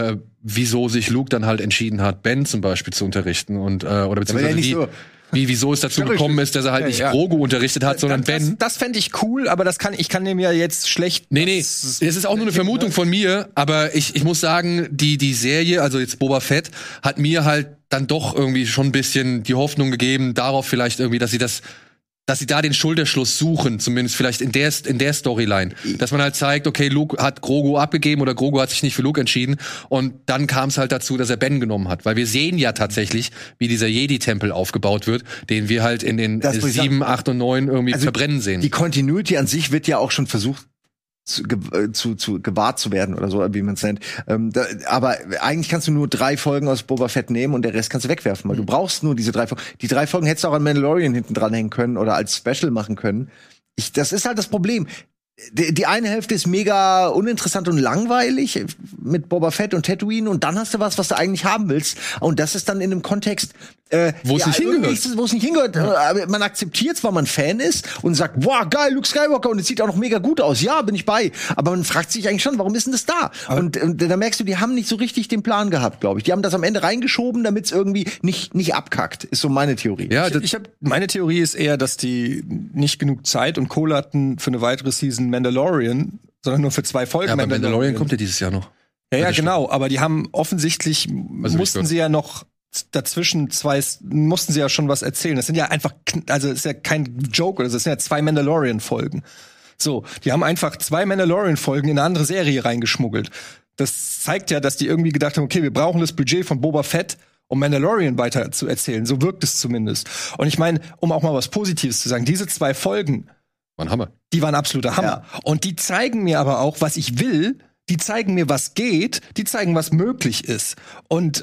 wieso sich Luke dann halt entschieden hat, Ben zum Beispiel zu unterrichten und oder beziehungsweise wieso es dazu gekommen ist, dass er halt nicht Grogu unterrichtet hat, sondern Ben. Das fände ich cool, aber ich kann dem ja jetzt schlecht. Nee, es ist auch nur eine Vermutung von mir, aber ich muss sagen, die Serie, also jetzt Boba Fett, hat mir halt dann doch irgendwie schon ein bisschen die Hoffnung gegeben, darauf vielleicht irgendwie, dass sie da den Schulterschluss suchen, zumindest vielleicht in der Storyline. Dass man halt zeigt, okay, Luke hat Grogu abgegeben oder Grogu hat sich nicht für Luke entschieden. Und dann kam es halt dazu, dass er Ben genommen hat. Weil wir sehen ja tatsächlich, wie dieser Jedi-Tempel aufgebaut wird, den wir halt in den 7, 8 und 9 irgendwie verbrennen sehen. Die Continuity an sich wird ja auch schon versucht, gewahrt zu werden oder so, wie man es nennt. Aber eigentlich kannst du nur 3 Folgen aus Boba Fett nehmen und der Rest kannst du wegwerfen, weil du brauchst nur diese 3 Folgen. Die 3 Folgen hättest du auch an Mandalorian hinten dranhängen können oder als Special machen können. Das ist halt das Problem. Die eine Hälfte ist mega uninteressant und langweilig mit Boba Fett und Tatooine und dann hast du was du eigentlich haben willst. Und das ist dann in einem Kontext, wo es nicht hingehört. Wo es nicht hingehört. Ja. Man akzeptiert, weil man Fan ist und sagt, wow, geil, Luke Skywalker und es sieht auch noch mega gut aus. Ja, bin ich bei. Aber man fragt sich eigentlich schon, warum ist denn das da? Und da merkst du, die haben nicht so richtig den Plan gehabt, glaube ich. Die haben das am Ende reingeschoben, damit es irgendwie nicht abkackt. Ist so meine Theorie. Ja, meine Theorie ist eher, dass die nicht genug Zeit und Kohle hatten für eine weitere Season Mandalorian, sondern nur für 2 Folgen. Ja, aber Mandalorian kommt ja dieses Jahr noch. Ja, genau. Aber die haben offensichtlich, mussten sie ja noch dazwischen mussten sie ja schon was erzählen. Das sind ja einfach, also ist ja kein Joke, oder das sind ja 2 Mandalorian-Folgen. So, die haben einfach 2 Mandalorian-Folgen in eine andere Serie reingeschmuggelt. Das zeigt ja, dass die irgendwie gedacht haben, okay, wir brauchen das Budget von Boba Fett, um Mandalorian weiter zu erzählen. So wirkt es zumindest. Und ich meine, um auch mal was Positives zu sagen, diese 2 Folgen, Hammer. Die waren absoluter Hammer. Ja. Und die zeigen mir aber auch, was ich will. Die zeigen mir, was geht. Die zeigen, was möglich ist. Und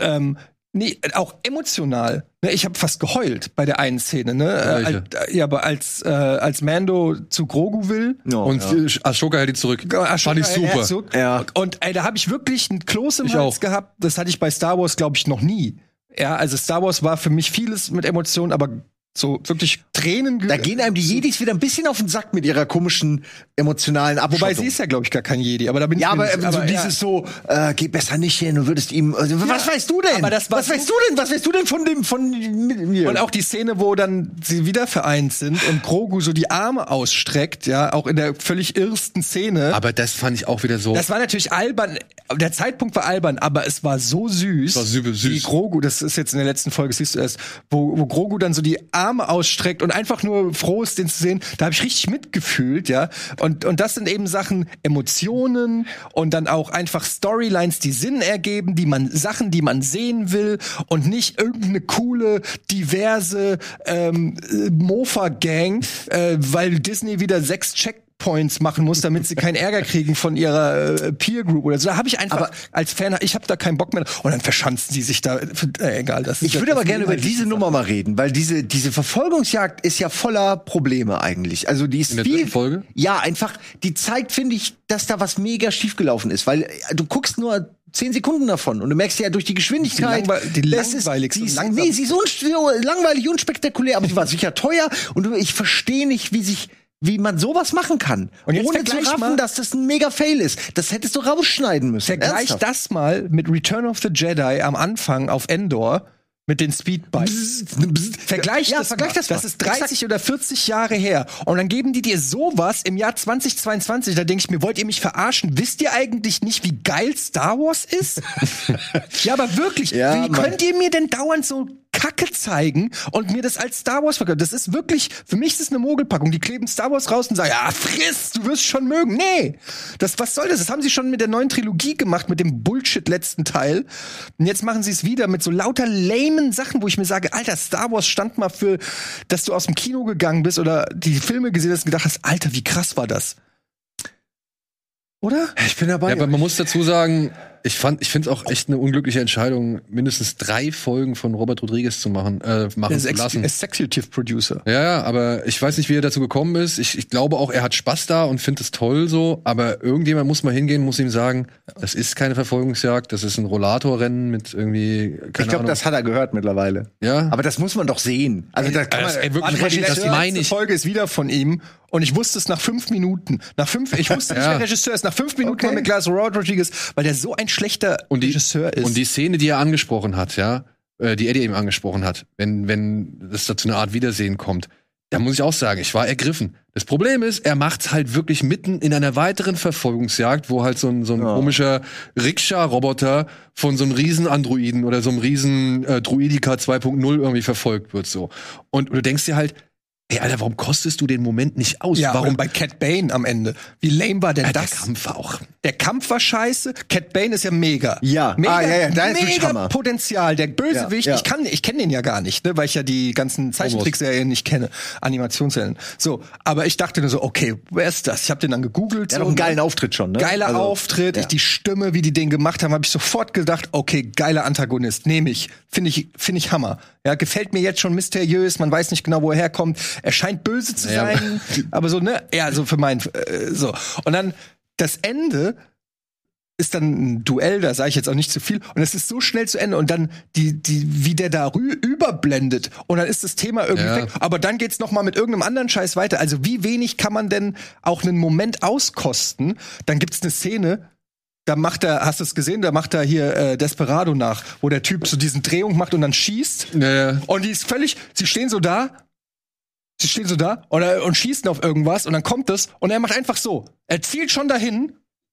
auch emotional. Ne, ich habe fast geheult bei der einen Szene. Ne? Aber als Mando zu Grogu will und Ashoka hält ihn zurück. Fand ich super. Ja. Und da habe ich wirklich einen Kloß im Hals gehabt. Das hatte ich bei Star Wars, glaube ich, noch nie. Ja, also Star Wars war für mich vieles mit Emotionen, aber so wirklich Tränen. Da gehen einem die Jedis wieder ein bisschen auf den Sack mit ihrer komischen emotionalen Abschottung. Wobei sie ist ja, glaube ich, gar kein Jedi. Aber da bin ich dieses geh besser nicht hin, du würdest ihm. Was weißt du denn? Was weißt du denn von mir? Und auch die Szene, wo dann sie wieder vereint sind und Grogu so die Arme ausstreckt, ja, auch in der völlig irrsten Szene. Aber das fand ich auch wieder so. Das war natürlich albern. Der Zeitpunkt war albern, aber es war so süß. Es war süß. Wie Grogu, das ist jetzt in der letzten Folge, siehst du erst, wo Grogu dann so die Arme ausstreckt und einfach nur froh ist, den zu sehen. Da habe ich richtig mitgefühlt, ja. Und das sind eben Sachen, Emotionen und dann auch einfach Storylines, die Sinn ergeben, Sachen, die man sehen will und nicht irgendeine coole, diverse Mofa-Gang, weil Disney wieder 6 Checkpoints machen muss, damit sie keinen Ärger kriegen von ihrer Peer Group oder so. Da habe ich einfach als Fan, ich habe da keinen Bock mehr. Und dann verschanzen die sich da. Egal. Ich würde aber gerne über diese Nummer mal reden, weil diese Verfolgungsjagd ist ja voller Probleme eigentlich. Also die ist in der dritten Folge? Ja, einfach. Die zeigt, finde ich, dass da was mega schiefgelaufen ist, weil du guckst nur 10 Sekunden davon und du merkst ja durch die Geschwindigkeit, die langweiligste. Sie ist langweilig, unspektakulär, aber sie war sicher teuer und ich verstehe nicht, wie man sowas machen kann. Und jetzt ohne zu raffen, dass das ein mega Fail ist. Das hättest du rausschneiden müssen. Vergleich das mal mit Return of the Jedi am Anfang auf Endor mit den Speedbikes. Vergleich das mal. Das ist 30 oder 40 Jahre her. Und dann geben die dir sowas im Jahr 2022. Da denke ich mir, wollt ihr mich verarschen? Wisst ihr eigentlich nicht, wie geil Star Wars ist? Ja, aber wirklich. Wie könnt ihr mir denn dauernd so Kacke zeigen und mir das als Star Wars verkaufen? Das ist wirklich, für mich ist es eine Mogelpackung. Die kleben Star Wars raus und sagen, ja, friss, du wirst schon mögen. Nee, was soll das? Das haben sie schon mit der neuen Trilogie gemacht, mit dem Bullshit letzten Teil. Und jetzt machen sie es wieder mit so lauter lamen Sachen, wo ich mir sage, Alter, Star Wars stand mal für, dass du aus dem Kino gegangen bist oder die Filme gesehen hast und gedacht hast, Alter, wie krass war das? Oder? Ich bin dabei. Ja, aber man muss dazu sagen, ich finde es auch echt eine unglückliche Entscheidung, mindestens 3 Folgen von Robert Rodriguez zu machen zu lassen. Er ist Executive Producer. Ja, aber ich weiß nicht, wie er dazu gekommen ist. Ich glaube auch, er hat Spaß da und findet es toll so. Aber irgendjemand muss mal hingehen, muss ihm sagen, das ist keine Verfolgungsjagd, das ist ein Rollatorrennen mit irgendwie, Ich glaube, das hat er gehört mittlerweile. Ja. Aber das muss man doch sehen. Also da kann man wirklich, das meine ich. Die Folge ist wieder von ihm. Und ich wusste es nach 5 Minuten. Ich wusste nicht, wer Regisseur ist. Nach 5 Minuten war mit Glass Robert Rodriguez, weil der so ein schlechter Regisseur ist. Und die Szene, die er angesprochen hat, die Eddie eben angesprochen hat, wenn es da zu einer Art Wiedersehen kommt, da muss ich auch sagen, ich war ergriffen. Das Problem ist, er macht's halt wirklich mitten in einer weiteren Verfolgungsjagd, wo halt so ein komischer Rikscha-Roboter von so einem riesen Androiden oder so einem riesen Druidika 2.0 irgendwie verfolgt wird so. Und du denkst dir halt, ey, Alter, warum kostest du den Moment nicht aus? Ja, warum bei Cat Bane am Ende? Wie lame war denn das? Der Kampf war auch. Der Kampf war scheiße. Cat Bane ist ja mega. Ja. Mega, da ist mega Hammer. Potenzial. Der Bösewicht, Ja. ich kenne den ja gar nicht, ne, weil ich ja die ganzen Zeichentrickserien nicht kenne. Animationsserien. So, aber ich dachte nur so, okay, wer ist das? Ich habe den dann gegoogelt. Der hat auch einen geilen Auftritt schon, ne? Geiler Auftritt, die Stimme, wie die den gemacht haben, habe ich sofort gedacht, okay, geiler Antagonist, nehme ich. Finde ich Hammer. Ja, gefällt mir jetzt schon mysteriös, man weiß nicht genau, wo er herkommt. Er scheint böse zu sein, aber so, ne? Ja, so für mein, so. Und dann das Ende ist dann ein Duell, da sage ich jetzt auch nicht zu viel. Und es ist so schnell zu Ende. Und dann wie der da überblendet. Und dann ist das Thema irgendwie weg. Aber dann geht's noch mal mit irgendeinem anderen Scheiß weiter. Also wie wenig kann man denn auch einen Moment auskosten? Dann gibt's eine Szene, da macht er, hast du es gesehen, da macht er hier Desperado nach, wo der Typ so diesen Drehung macht und dann schießt. Ja. Und die ist völlig, sie stehen so da und schießen auf irgendwas und dann kommt es und er macht einfach so. Er zielt schon dahin.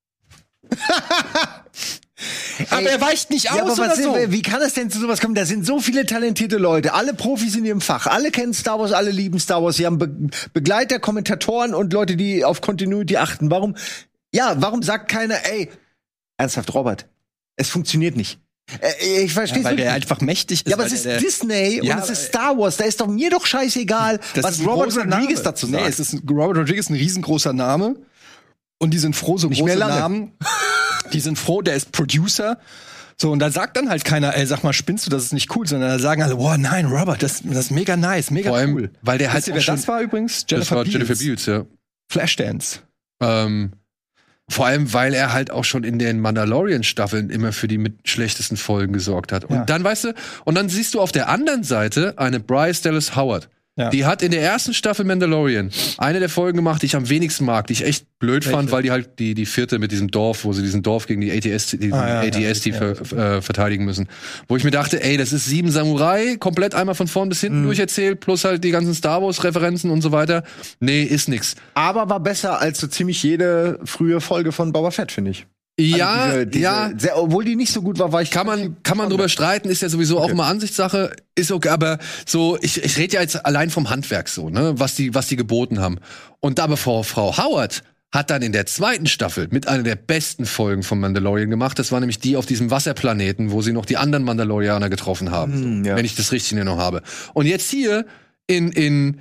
Aber er weicht nicht aus oder so. Wie kann es denn zu sowas kommen? Da sind so viele talentierte Leute, alle Profis in ihrem Fach, alle kennen Star Wars, alle lieben Star Wars, sie haben Begleiter, Kommentatoren und Leute, die auf Continuity achten. Warum sagt keiner, ey, ernsthaft, Robert, es funktioniert nicht. Ich verstehe weil der einfach mächtig ist. Ja, aber es ist Disney und es ist Star Wars. Da ist doch mir doch scheißegal, was Robert Rodriguez dazu sagt. Nee, es ist Robert Rodriguez ein riesengroßer Name. Und die sind froh, so große Namen. Die sind froh, der ist Producer. So, und da sagt dann halt keiner, ey, sag mal, spinnst du, das ist nicht cool, sondern da sagen alle, boah, nein, Robert, das ist mega nice, mega Vor allem, cool. weil der halt wer das war übrigens? Jennifer Beals, ja. Flashdance. Vor allem, weil er halt auch schon in den Mandalorian-Staffeln immer für die schlechtesten Folgen gesorgt hat. Und dann, weißt du, und dann siehst du auf der anderen Seite eine Bryce Dallas Howard. Ja. Die hat in der ersten Staffel Mandalorian eine der Folgen gemacht, die ich am wenigsten mag, die ich echt blöd fand, weil die halt die vierte mit diesem Dorf, wo sie diesen Dorf gegen die AT-ST verteidigen müssen. Wo ich mir dachte, ey, das ist 7 Samurai, komplett einmal von vorn bis hinten durcherzählt, plus halt die ganzen Star Wars-Referenzen und so weiter. Nee, ist nix. Aber war besser als so ziemlich jede frühe Folge von Boba Fett, finde ich. Ja, also obwohl die nicht so gut war, kann man drüber streiten, ist ja sowieso auch immer Ansichtssache, ist okay, aber so, ich rede ja jetzt allein vom Handwerk so, ne, was die geboten haben. Und aber Frau Howard hat dann in der zweiten Staffel mit einer der besten Folgen von Mandalorian gemacht. Das war nämlich die auf diesem Wasserplaneten, wo sie noch die anderen Mandalorianer getroffen haben, wenn ich das richtig in Erinnerung habe. Und jetzt hier in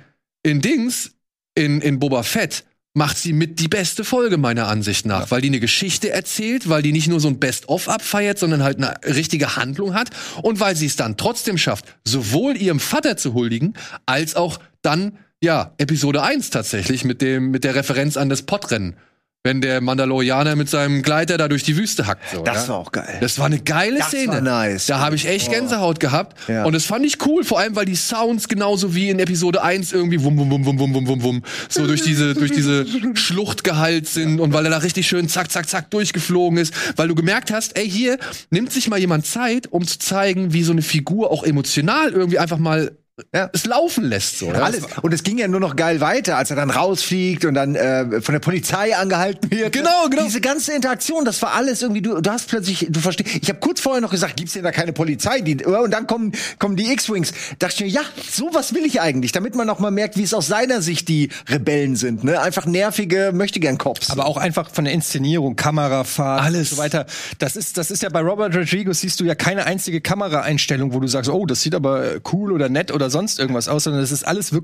Boba Fett macht sie mit die beste Folge meiner Ansicht nach, weil die eine Geschichte erzählt, weil die nicht nur so ein Best-of abfeiert, sondern halt eine richtige Handlung hat und weil sie es dann trotzdem schafft, sowohl ihrem Vater zu huldigen, als auch dann, Episode 1 tatsächlich mit der Referenz an das Podrennen. Wenn der Mandalorianer mit seinem Gleiter da durch die Wüste hackt. So, das war auch geil. Das war eine geile Szene. Das war nice. Da habe ich echt Gänsehaut gehabt. Ja. Und das fand ich cool, vor allem, weil die Sounds genauso wie in Episode 1 irgendwie wum, wum, wum, wum, wum, wum, wum, so durch diese Schlucht geheilt sind und weil er da richtig schön zack, zack, zack durchgeflogen ist. Weil du gemerkt hast, ey, hier nimmt sich mal jemand Zeit, um zu zeigen, wie so eine Figur auch emotional irgendwie einfach mal es laufen lässt. So, alles. Und es ging ja nur noch geil weiter, als er dann rausfliegt und dann von der Polizei angehalten wird. Genau. Diese ganze Interaktion, das war alles irgendwie, du hast plötzlich, du verstehst, ich habe kurz vorher noch gesagt, gibt's denn da keine Polizei? Und dann kommen die X-Wings. Dachte ich mir, sowas will ich eigentlich, damit man noch mal merkt, wie es aus seiner Sicht die Rebellen sind. Ne? Einfach nervige Möchtegern-Cops. Aber auch einfach von der Inszenierung, Kamerafahrt alles und so weiter. Das ist ja bei Robert Rodriguez, siehst du ja keine einzige Kameraeinstellung, wo du sagst, oh, das sieht aber cool oder nett oder sonst irgendwas aus, sondern das ist alles wirklich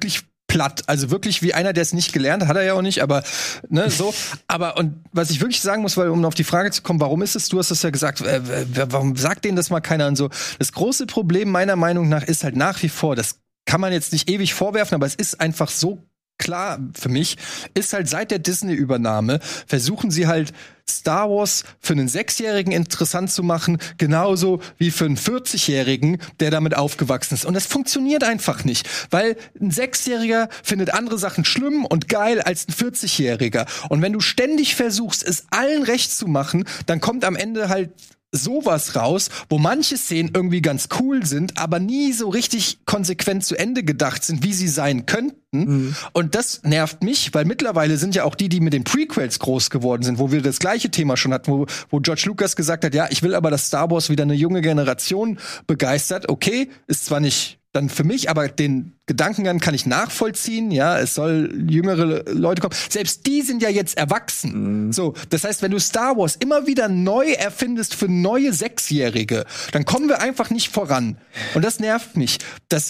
platt. Also wirklich wie einer, der es nicht gelernt hat, er ja auch nicht, aber ne, so. Aber und was ich wirklich sagen muss, weil um auf die Frage zu kommen, warum ist es, du hast es ja gesagt, warum sagt denen das mal keiner und so. Das große Problem meiner Meinung nach ist halt nach wie vor, das kann man jetzt nicht ewig vorwerfen, aber es ist einfach so klar für mich, ist halt seit der Disney-Übernahme versuchen sie halt Star Wars für einen 6-Jährigen interessant zu machen, genauso wie für einen 40-Jährigen, der damit aufgewachsen ist. Und das funktioniert einfach nicht, weil ein 6-Jähriger findet andere Sachen schlimm und geil als ein 40-Jähriger. Und wenn du ständig versuchst, es allen recht zu machen, dann kommt am Ende halt sowas raus, wo manche Szenen irgendwie ganz cool sind, aber nie so richtig konsequent zu Ende gedacht sind, wie sie sein könnten. Und das nervt mich, weil mittlerweile sind ja auch die mit den Prequels groß geworden sind, wo wir das gleiche Thema schon hatten, wo George Lucas gesagt hat, ja, ich will aber, dass Star Wars wieder eine junge Generation begeistert. Okay, ist zwar nicht dann für mich, aber den Gedankengang kann ich nachvollziehen, ja, es soll jüngere Leute kommen. Selbst die sind ja jetzt erwachsen. So, das heißt, wenn du Star Wars immer wieder neu erfindest für neue 6-Jährige, dann kommen wir einfach nicht voran. Und das nervt mich. Es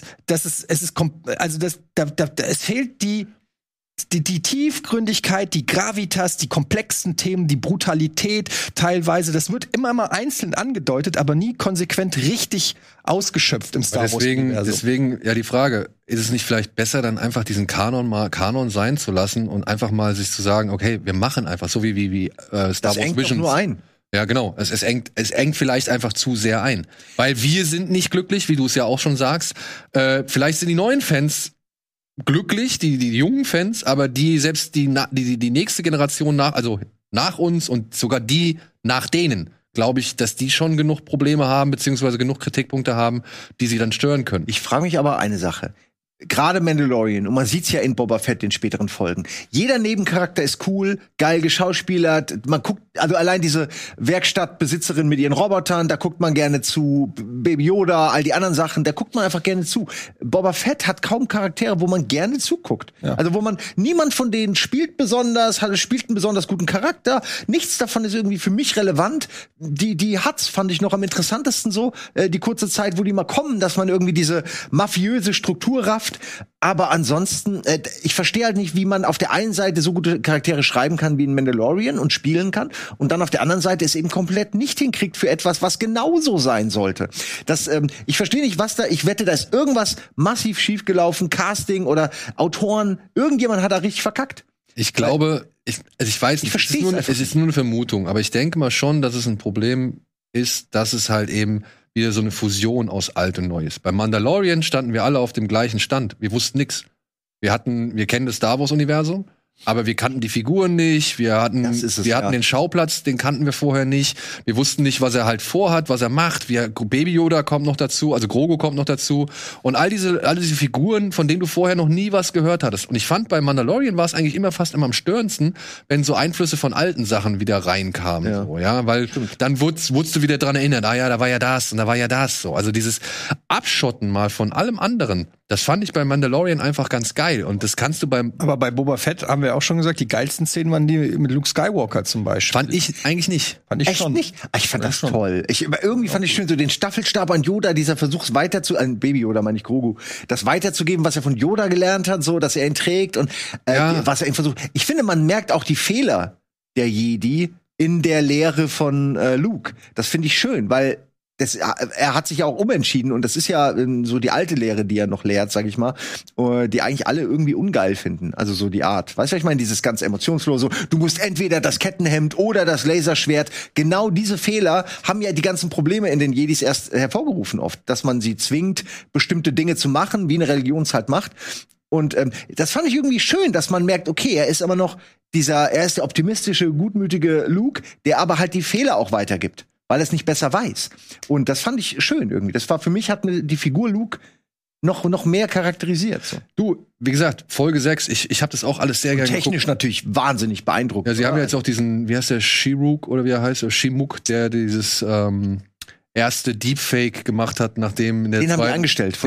fehlt die Tiefgründigkeit, die Gravitas, die komplexen Themen, die Brutalität teilweise, das wird immer mal einzeln angedeutet, aber nie konsequent richtig ausgeschöpft im Star Wars-Universum. Deswegen ja die Frage, ist es nicht vielleicht besser, dann einfach diesen Kanon mal Kanon sein zu lassen und einfach mal sich zu sagen, okay, wir machen einfach so wie Star Wars Visions. Nur ein. Ja, genau. Es engt vielleicht einfach zu sehr ein. Weil wir sind nicht glücklich, wie du es ja auch schon sagst. Vielleicht sind die neuen Fans glücklich, die jungen Fans, aber die nächste Generation nach uns und sogar die nach denen, glaube ich, dass die schon genug Probleme haben, beziehungsweise genug Kritikpunkte haben, die sie dann stören können. Ich frage mich aber eine Sache. Gerade Mandalorian, und man sieht's ja in Boba Fett in späteren Folgen. Jeder Nebencharakter ist cool, geil geschauspielert. Man guckt, also allein diese Werkstattbesitzerin mit ihren Robotern, da guckt man gerne zu. Baby Yoda, all die anderen Sachen, da guckt man einfach gerne zu. Boba Fett hat kaum Charaktere, wo man gerne zuguckt. Ja. Also niemand von denen spielt einen besonders guten Charakter. Nichts davon ist irgendwie für mich relevant. Die Hutts fand ich noch am interessantesten so. Die kurze Zeit, wo die mal kommen, dass man irgendwie diese mafiöse Struktur rafft. Aber ansonsten, ich verstehe halt nicht, wie man auf der einen Seite so gute Charaktere schreiben kann wie in Mandalorian und spielen kann und dann auf der anderen Seite es eben komplett nicht hinkriegt für etwas, was genauso sein sollte. Ich verstehe nicht, ich wette, da ist irgendwas massiv schiefgelaufen, Casting oder Autoren, irgendjemand hat da richtig verkackt. Ich glaube, ich weiß nicht, es ist nur eine Vermutung, aber ich denke mal schon, dass es ein Problem ist, dass es halt eben wieder so eine Fusion aus Alt und Neues. Bei Mandalorian standen wir alle auf dem gleichen Stand. Wir wussten nix. Wir kennen das Star Wars Universum, aber wir kannten die Figuren nicht. Wir hatten den Schauplatz, den kannten wir vorher nicht. Wir wussten nicht, was er halt vorhat, was er macht. Baby Yoda kommt noch dazu, also Grogu kommt noch dazu. Und all diese Figuren, von denen du vorher noch nie was gehört hattest. Und ich fand, bei Mandalorian war es eigentlich fast immer am störendsten, wenn so Einflüsse von alten Sachen wieder reinkamen. Ja. So, ja? Weil dann wurdest du wieder dran erinnert, da war ja das und da war ja das. So. Also dieses Abschotten mal von allem anderen, das fand ich bei Mandalorian einfach ganz geil. Und das kannst du Aber bei Boba Fett haben wir auch schon gesagt, die geilsten Szenen waren die mit Luke Skywalker zum Beispiel. Fand ich eigentlich nicht. Echt schon. Nicht? Ich fand das toll. Irgendwie fand ich schön, so den Staffelstab an Yoda, dieser Versuch, an Baby Yoda, meine ich, Grogu, das weiterzugeben, was er von Yoda gelernt hat, so, dass er ihn trägt und was er ihn versucht. Ich finde, man merkt auch die Fehler der Jedi in der Lehre von Luke. Das finde ich schön, weil er hat sich ja auch umentschieden und das ist ja so die alte Lehre, die er noch lehrt, sag ich mal, die eigentlich alle irgendwie ungeil finden. Also so die Art. Weißt du, was ich meine? Dieses ganz emotionslose. Du musst entweder das Kettenhemd oder das Laserschwert. Genau diese Fehler haben ja die ganzen Probleme in den Jedis erst hervorgerufen oft, dass man sie zwingt, bestimmte Dinge zu machen, wie eine Religion es halt macht. Und das fand ich irgendwie schön, dass man merkt, okay, er ist aber noch er ist der optimistische, gutmütige Luke, der aber halt die Fehler auch weitergibt, weil er es nicht besser weiß. Und das fand ich schön irgendwie. Das war für mich, hat mir die Figur Luke noch mehr charakterisiert. So. Du, wie gesagt, Folge 6, ich habe das auch alles sehr gerne geguckt. Technisch natürlich wahnsinnig beeindruckend. Ja, sie haben ja jetzt auch diesen, wie heißt der, She-Rook oder wie er heißt, She-Mook, der dieses erste Deepfake gemacht hat, nachdem in der Den haben sie angestellt.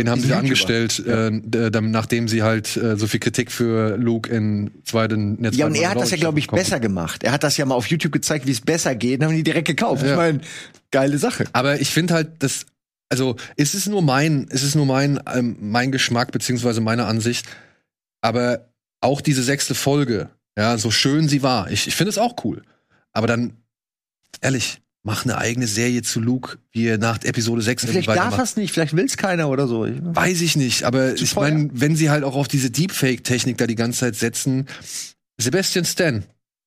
Nachdem sie halt so viel Kritik für Luke in der zweiten Ja, und er hat das ja, glaube ich, besser gemacht. Er hat das ja mal auf YouTube gezeigt, wie es besser geht, dann haben die direkt gekauft. Ja. Ich meine, geile Sache. Aber ich finde halt, es ist nur mein Geschmack beziehungsweise meine Ansicht. Aber auch diese 6. Folge, ja, so schön sie war, ich finde es auch cool. Aber dann, ehrlich, mach eine eigene Serie zu Luke, wie er nach Episode 6 Vielleicht darf es nicht, vielleicht will es keiner oder so. Weiß ich nicht, aber ich meine, wenn sie halt auch auf diese Deepfake-Technik da die ganze Zeit setzen. Sebastian Stan.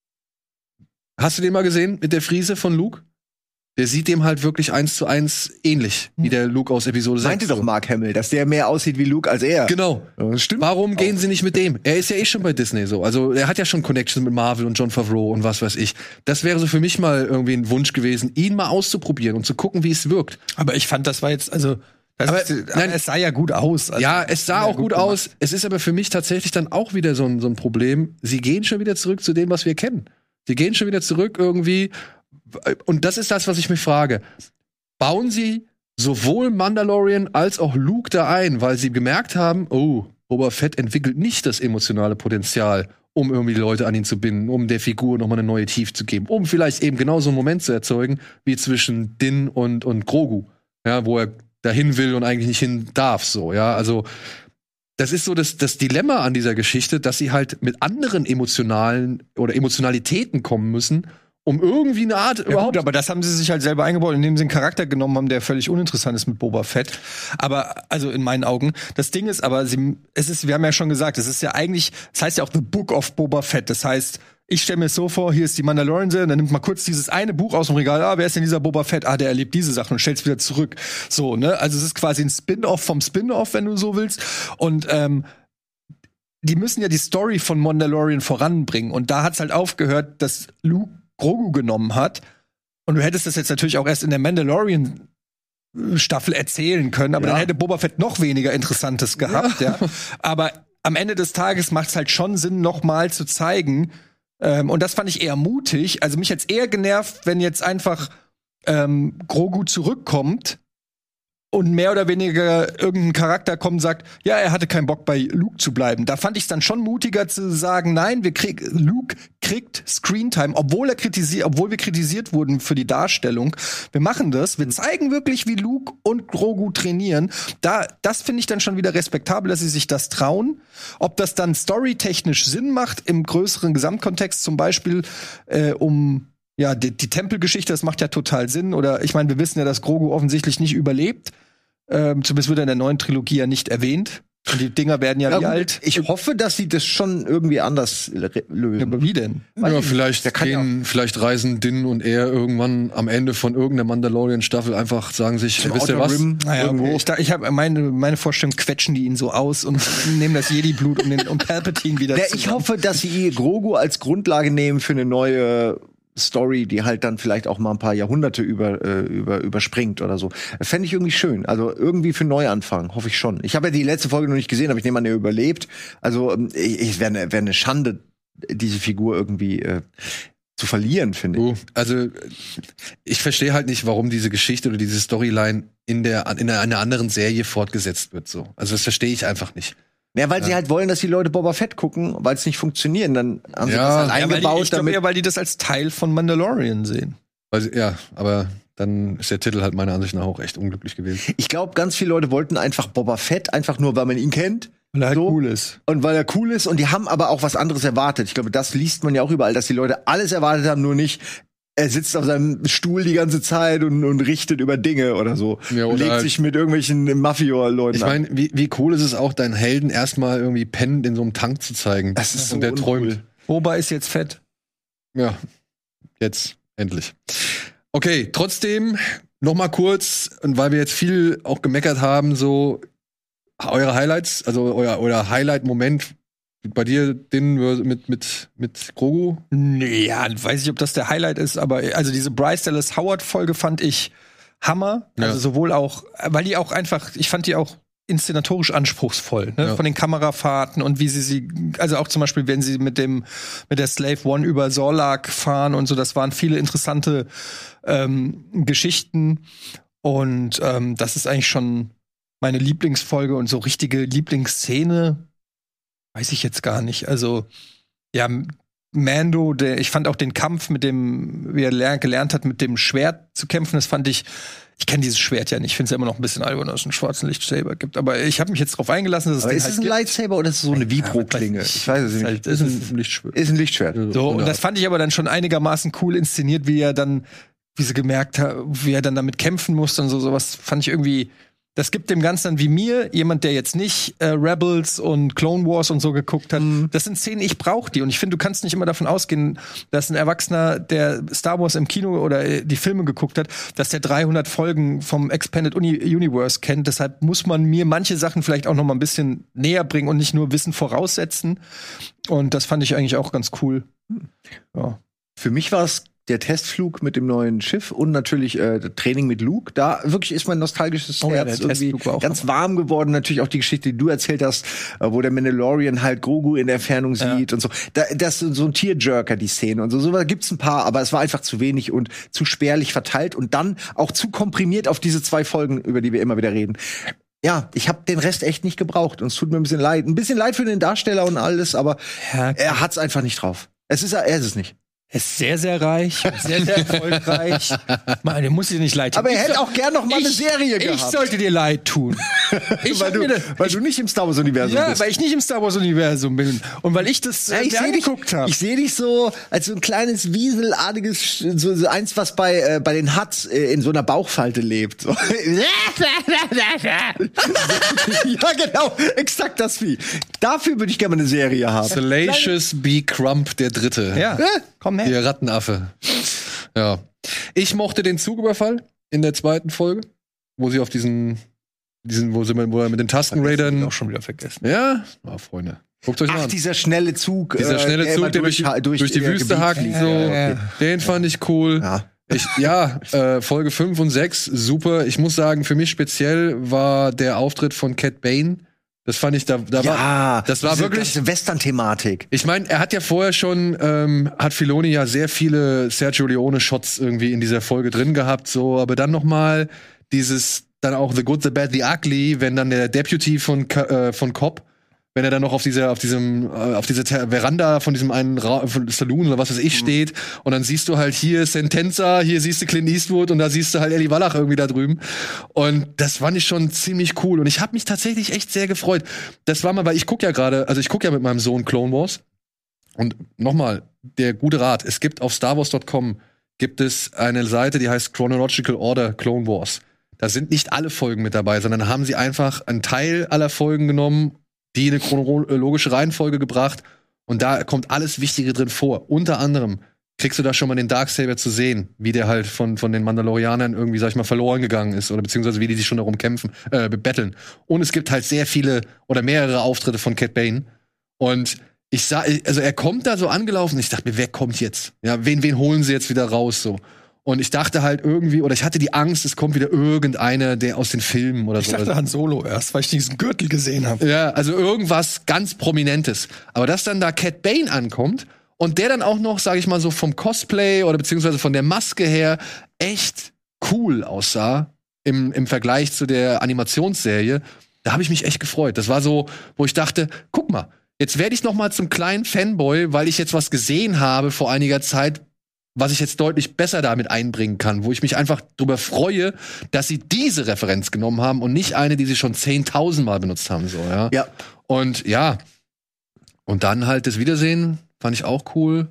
Hast du den mal gesehen mit der Frise von Luke? Der sieht dem halt wirklich 1:1 ähnlich, wie der Luke aus Episode 6. Meinte doch Mark Hamill, dass der mehr aussieht wie Luke als er. Genau. Stimmt. Warum gehen sie nicht mit dem? Er ist ja eh schon bei Disney so. Also er hat ja schon Connections mit Marvel und Jon Favreau und was weiß ich. Das wäre so für mich mal irgendwie ein Wunsch gewesen, ihn mal auszuprobieren und zu gucken, wie es wirkt. Aber ich fand, das war jetzt, also aber es sah ja gut aus. Also, ja, es sah auch gut aus. Es ist aber für mich tatsächlich dann auch wieder so ein Problem. Sie gehen schon wieder zurück zu dem, was wir kennen. Sie gehen schon wieder zurück irgendwie. Und das ist das, was ich mich frage. Bauen sie sowohl Mandalorian als auch Luke da ein, weil sie gemerkt haben, oh, Boba Fett entwickelt nicht das emotionale Potenzial, um irgendwie die Leute an ihn zu binden, um der Figur nochmal eine neue Tiefe zu geben, um vielleicht eben genau so einen Moment zu erzeugen, wie zwischen Din und Grogu, ja, wo er dahin will und eigentlich nicht hin darf, so, ja, also das ist so das Dilemma an dieser Geschichte, dass sie halt mit anderen emotionalen oder Emotionalitäten kommen müssen, um irgendwie eine Art überhaupt. Gut, aber das haben sie sich halt selber eingebaut, indem sie einen Charakter genommen haben, der völlig uninteressant ist mit Boba Fett. Aber, also in meinen Augen. Das Ding ist aber, wir haben ja schon gesagt, es ist ja eigentlich, es heißt ja auch The Book of Boba Fett. Das heißt, ich stelle mir es so vor, hier ist die Mandalorian-Serie, dann nimmt man kurz dieses eine Buch aus dem Regal, wer ist denn dieser Boba Fett? Der erlebt diese Sachen und stellt es wieder zurück. So, ne? Also es ist quasi ein Spin-off vom Spin-off, wenn du so willst. Und, die müssen ja die Story von Mandalorian voranbringen. Und da hat's halt aufgehört, dass Luke Grogu genommen hat. Und du hättest das jetzt natürlich auch erst in der Mandalorian-Staffel erzählen können, aber dann hätte Boba Fett noch weniger Interessantes gehabt, ja. Aber am Ende des Tages macht es halt schon Sinn, noch mal zu zeigen. Und das fand ich eher mutig. Also mich hat's eher genervt, wenn jetzt einfach Grogu zurückkommt und mehr oder weniger irgendein Charakter kommt und sagt, ja, er hatte keinen Bock bei Luke zu bleiben. Da fand ich es dann schon mutiger zu sagen, nein, Luke kriegt Screentime, obwohl wir kritisiert wurden für die Darstellung. Wir machen das, wir zeigen wirklich, wie Luke und Grogu trainieren. Das finde ich dann schon wieder respektabel, dass sie sich das trauen. Ob das dann storytechnisch Sinn macht im größeren Gesamtkontext, zum Beispiel die Tempelgeschichte, das macht ja total Sinn. Oder ich meine, wir wissen ja, dass Grogu offensichtlich nicht überlebt. Zumindest wird er in der neuen Trilogie ja nicht erwähnt. Und die Dinger werden ja wie alt. Ich hoffe, dass sie das schon irgendwie anders lösen. Ja, aber wie denn? Ja, vielleicht reisen Din und er irgendwann am Ende von irgendeiner Mandalorian-Staffel einfach sagen sich, wisst ihr was? Naja, okay. Ich habe meine Vorstellung, quetschen die ihn so aus und nehmen das Jedi-Blut und Palpatine wieder zusammen. Ich hoffe, dass sie Grogu als Grundlage nehmen für eine neue Story, die halt dann vielleicht auch mal ein paar Jahrhunderte überspringt oder so. Fände ich irgendwie schön. Also irgendwie für Neuanfang, hoffe ich schon. Ich habe ja die letzte Folge noch nicht gesehen, aber ich nehme an, er überlebt. Also es wäre eine Schande, diese Figur irgendwie zu verlieren, finde ich. Also ich verstehe halt nicht, warum diese Geschichte oder diese Storyline in einer anderen Serie fortgesetzt wird. So. Also das verstehe ich einfach nicht. Ja, weil sie halt wollen, dass die Leute Boba Fett gucken, weil es nicht funktioniert. Dann haben sie das halt eingebaut. Weil die das als Teil von Mandalorian sehen. Aber dann ist der Titel halt meiner Ansicht nach auch echt unglücklich gewesen. Ich glaube, ganz viele Leute wollten einfach Boba Fett, einfach nur, weil man ihn kennt. Weil er halt cool ist. Und weil er cool ist. Und die haben aber auch was anderes erwartet. Ich glaube, das liest man ja auch überall, dass die Leute alles erwartet haben, nur nicht, er sitzt auf seinem Stuhl die ganze Zeit und richtet über Dinge oder so. Ja, oder legt sich mit irgendwelchen Mafia-Leuten Ich meine, wie cool ist es auch, deinen Helden erstmal irgendwie pennend in so einem Tank zu zeigen. Das ist so der träumt. Boba ist jetzt fett. Ja, jetzt endlich. Okay, trotzdem noch mal kurz, und weil wir jetzt viel auch gemeckert haben, so eure Highlights, also euer Highlight-Moment bei dir, den mit Grogu? Nee, ja, weiß ich, ob das der Highlight ist, aber also diese Bryce Dallas Howard-Folge fand ich Hammer. Ja. Also sowohl auch, weil die auch einfach, ich fand die auch inszenatorisch anspruchsvoll, ne? Ja. Von den Kamerafahrten und wie sie, also auch zum Beispiel, wenn sie mit der Slave One über Sorlak fahren und so, das waren viele interessante Geschichten und das ist eigentlich schon meine Lieblingsfolge und so richtige Lieblingsszene. Weiß ich jetzt gar nicht. Also, ja, ich fand auch den Kampf mit dem, wie er gelernt hat, mit dem Schwert zu kämpfen, das fand ich Ich kenne dieses Schwert ja nicht. Ich finde es ja immer noch ein bisschen albern, dass es einen schwarzen Lichtsaber gibt. Aber ich habe mich jetzt drauf eingelassen, dass es aber den ist es ein Lightsaber oder ist es so eine Vibro-Klinge? Ich weiß es nicht. Ist ein Lichtschwert. Ist ein Lichtschwert. So, und das fand ich aber dann schon einigermaßen cool inszeniert, wie sie gemerkt hat, wie er dann damit kämpfen musste und sowas fand ich irgendwie. Das gibt dem Ganzen dann wie mir, jemand, der jetzt nicht Rebels und Clone Wars und so geguckt hat, das sind Szenen, ich brauche die. Und ich finde, du kannst nicht immer davon ausgehen, dass ein Erwachsener, der Star Wars im Kino oder die Filme geguckt hat, dass der 300 Folgen vom Expanded Universe kennt. Deshalb muss man mir manche Sachen vielleicht auch noch mal ein bisschen näher bringen und nicht nur Wissen voraussetzen. Und das fand ich eigentlich auch ganz cool. Ja. Für mich war es der Testflug mit dem neuen Schiff und natürlich Training mit Luke. Da wirklich ist mein nostalgisches Herz irgendwie ganz warm geworden. Natürlich auch die Geschichte, die du erzählt hast, wo der Mandalorian halt Grogu in der Entfernung sieht und so. Das ist so ein Tearjerker, die Szene und so. So gibt's ein paar, aber es war einfach zu wenig und zu spärlich verteilt und dann auch zu komprimiert auf diese 2 Folgen, über die wir immer wieder reden. Ja, ich habe den Rest echt nicht gebraucht und es tut mir ein bisschen leid. Ein bisschen leid für den Darsteller und alles, aber er hat's einfach nicht drauf. Er ist es nicht. Er ist sehr, sehr reich, sehr, sehr erfolgreich. Mann, der muss dir nicht leid tun. Aber er hätte auch gern noch mal eine Serie gehabt. Ich sollte dir leid tun. Weil du nicht im Star Wars-Universum bist. Ja, weil ich nicht im Star Wars-Universum bin. Und weil ich das mir angeguckt habe. Ich sehe dich so als so ein kleines Wieselartiges, so eins, was bei den Hutts in so einer Bauchfalte lebt. So. Ja, genau. Exakt das Vieh. Dafür würde ich gerne mal eine Serie haben. Salacious B. Crump der Dritte. Ja, komm her. Der Rattenaffe. Ja. Ich mochte den Zugüberfall in der 2. Folge, wo sie auf wo er mit den Tastenraidern auch schon wieder vergessen. Ja, Freunde. Guckt euch mal an. Dieser schnelle Zug. Dieser schnelle Zug, der durch die Wüste hakt. So. Den fand ich cool. Ja. Folge 5 und 6, super. Ich muss sagen, für mich speziell war der Auftritt von Cad Bane. Das fand ich, das war wirklich diese Western-Thematik. Ich meine, er hat ja vorher schon, hat Filoni ja sehr viele Sergio Leone-Shots irgendwie in dieser Folge drin gehabt, so, aber dann noch mal dann auch The Good, The Bad, The Ugly, wenn dann der Deputy von Cobb, wenn er dann noch auf dieser Veranda von diesem einen Saloon oder was weiß ich steht und dann siehst du halt hier Sentenza, hier siehst du Clint Eastwood und da siehst du halt Eli Wallach irgendwie da drüben und das fand ich schon ziemlich cool und ich habe mich tatsächlich echt sehr gefreut. Das war mal, weil ich gucke ja mit meinem Sohn Clone Wars und nochmal, der gute Rat, es gibt auf StarWars.com gibt es eine Seite, die heißt Chronological Order Clone Wars. Da sind nicht alle Folgen mit dabei, sondern haben sie einfach einen Teil aller Folgen genommen, die in eine chronologische Reihenfolge gebracht und da kommt alles Wichtige drin vor. Unter anderem kriegst du da schon mal den Darksaber zu sehen, wie der halt von den Mandalorianern irgendwie, sag ich mal, verloren gegangen ist oder beziehungsweise wie die sich schon darum betteln. Und es gibt halt sehr viele oder mehrere Auftritte von Cad Bane und er kommt da so angelaufen, ich dachte mir, wer kommt jetzt? Ja, wen holen sie jetzt wieder raus so? Und ich dachte halt irgendwie, oder ich hatte die Angst, es kommt wieder irgendeiner, der aus den Filmen oder so. Ich dachte Han Solo erst, weil ich diesen Gürtel gesehen habe. Ja, also irgendwas ganz Prominentes. Aber dass dann da Cad Bane ankommt und der dann auch noch, sag ich mal so, vom Cosplay oder beziehungsweise von der Maske her echt cool aussah im Vergleich zu der Animationsserie, da habe ich mich echt gefreut. Das war so, wo ich dachte, guck mal, jetzt werde ich noch mal zum kleinen Fanboy, weil ich jetzt was gesehen habe vor einiger Zeit, was ich jetzt deutlich besser damit einbringen kann, wo ich mich einfach drüber freue, dass sie diese Referenz genommen haben und nicht eine, die sie schon 10.000 Mal benutzt haben, so, ja. Ja. Und ja. Und dann halt das Wiedersehen, fand ich auch cool.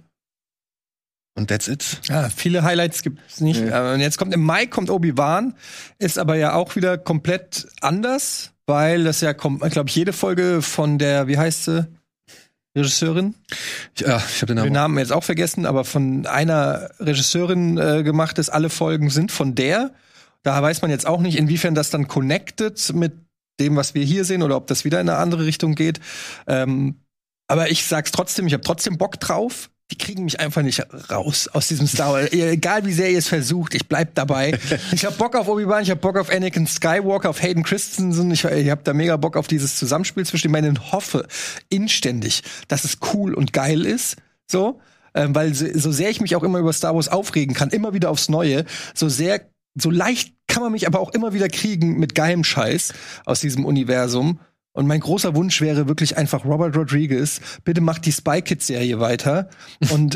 Und that's it. Ja, viele Highlights gibt's nicht. Und jetzt kommt im Mai Obi-Wan, ist aber ja auch wieder komplett anders, weil das ja kommt, ich glaube, jede Folge von der, wie heißt sie? Regisseurin. Ja, ich habe den Namen jetzt auch vergessen, aber von einer Regisseurin gemacht ist. Alle Folgen sind von der. Da weiß man jetzt auch nicht, inwiefern das dann connected mit dem, was wir hier sehen, oder ob das wieder in eine andere Richtung geht. Aber ich sag's trotzdem, ich habe trotzdem Bock drauf. Die kriegen mich einfach nicht raus aus diesem Star Wars. Egal wie sehr ihr es versucht, ich bleib dabei. Ich hab Bock auf Obi-Wan, ich hab Bock auf Anakin Skywalker, auf Hayden Christensen. Ich hab da mega Bock auf dieses Zusammenspiel zwischen den beiden und hoffe inständig, dass es cool und geil ist. So, weil so sehr ich mich auch immer über Star Wars aufregen kann, immer wieder aufs Neue, so leicht kann man mich aber auch immer wieder kriegen mit geilem Scheiß aus diesem Universum. Und mein großer Wunsch wäre wirklich einfach Robert Rodriguez, bitte macht die Spy Kids Serie weiter. Und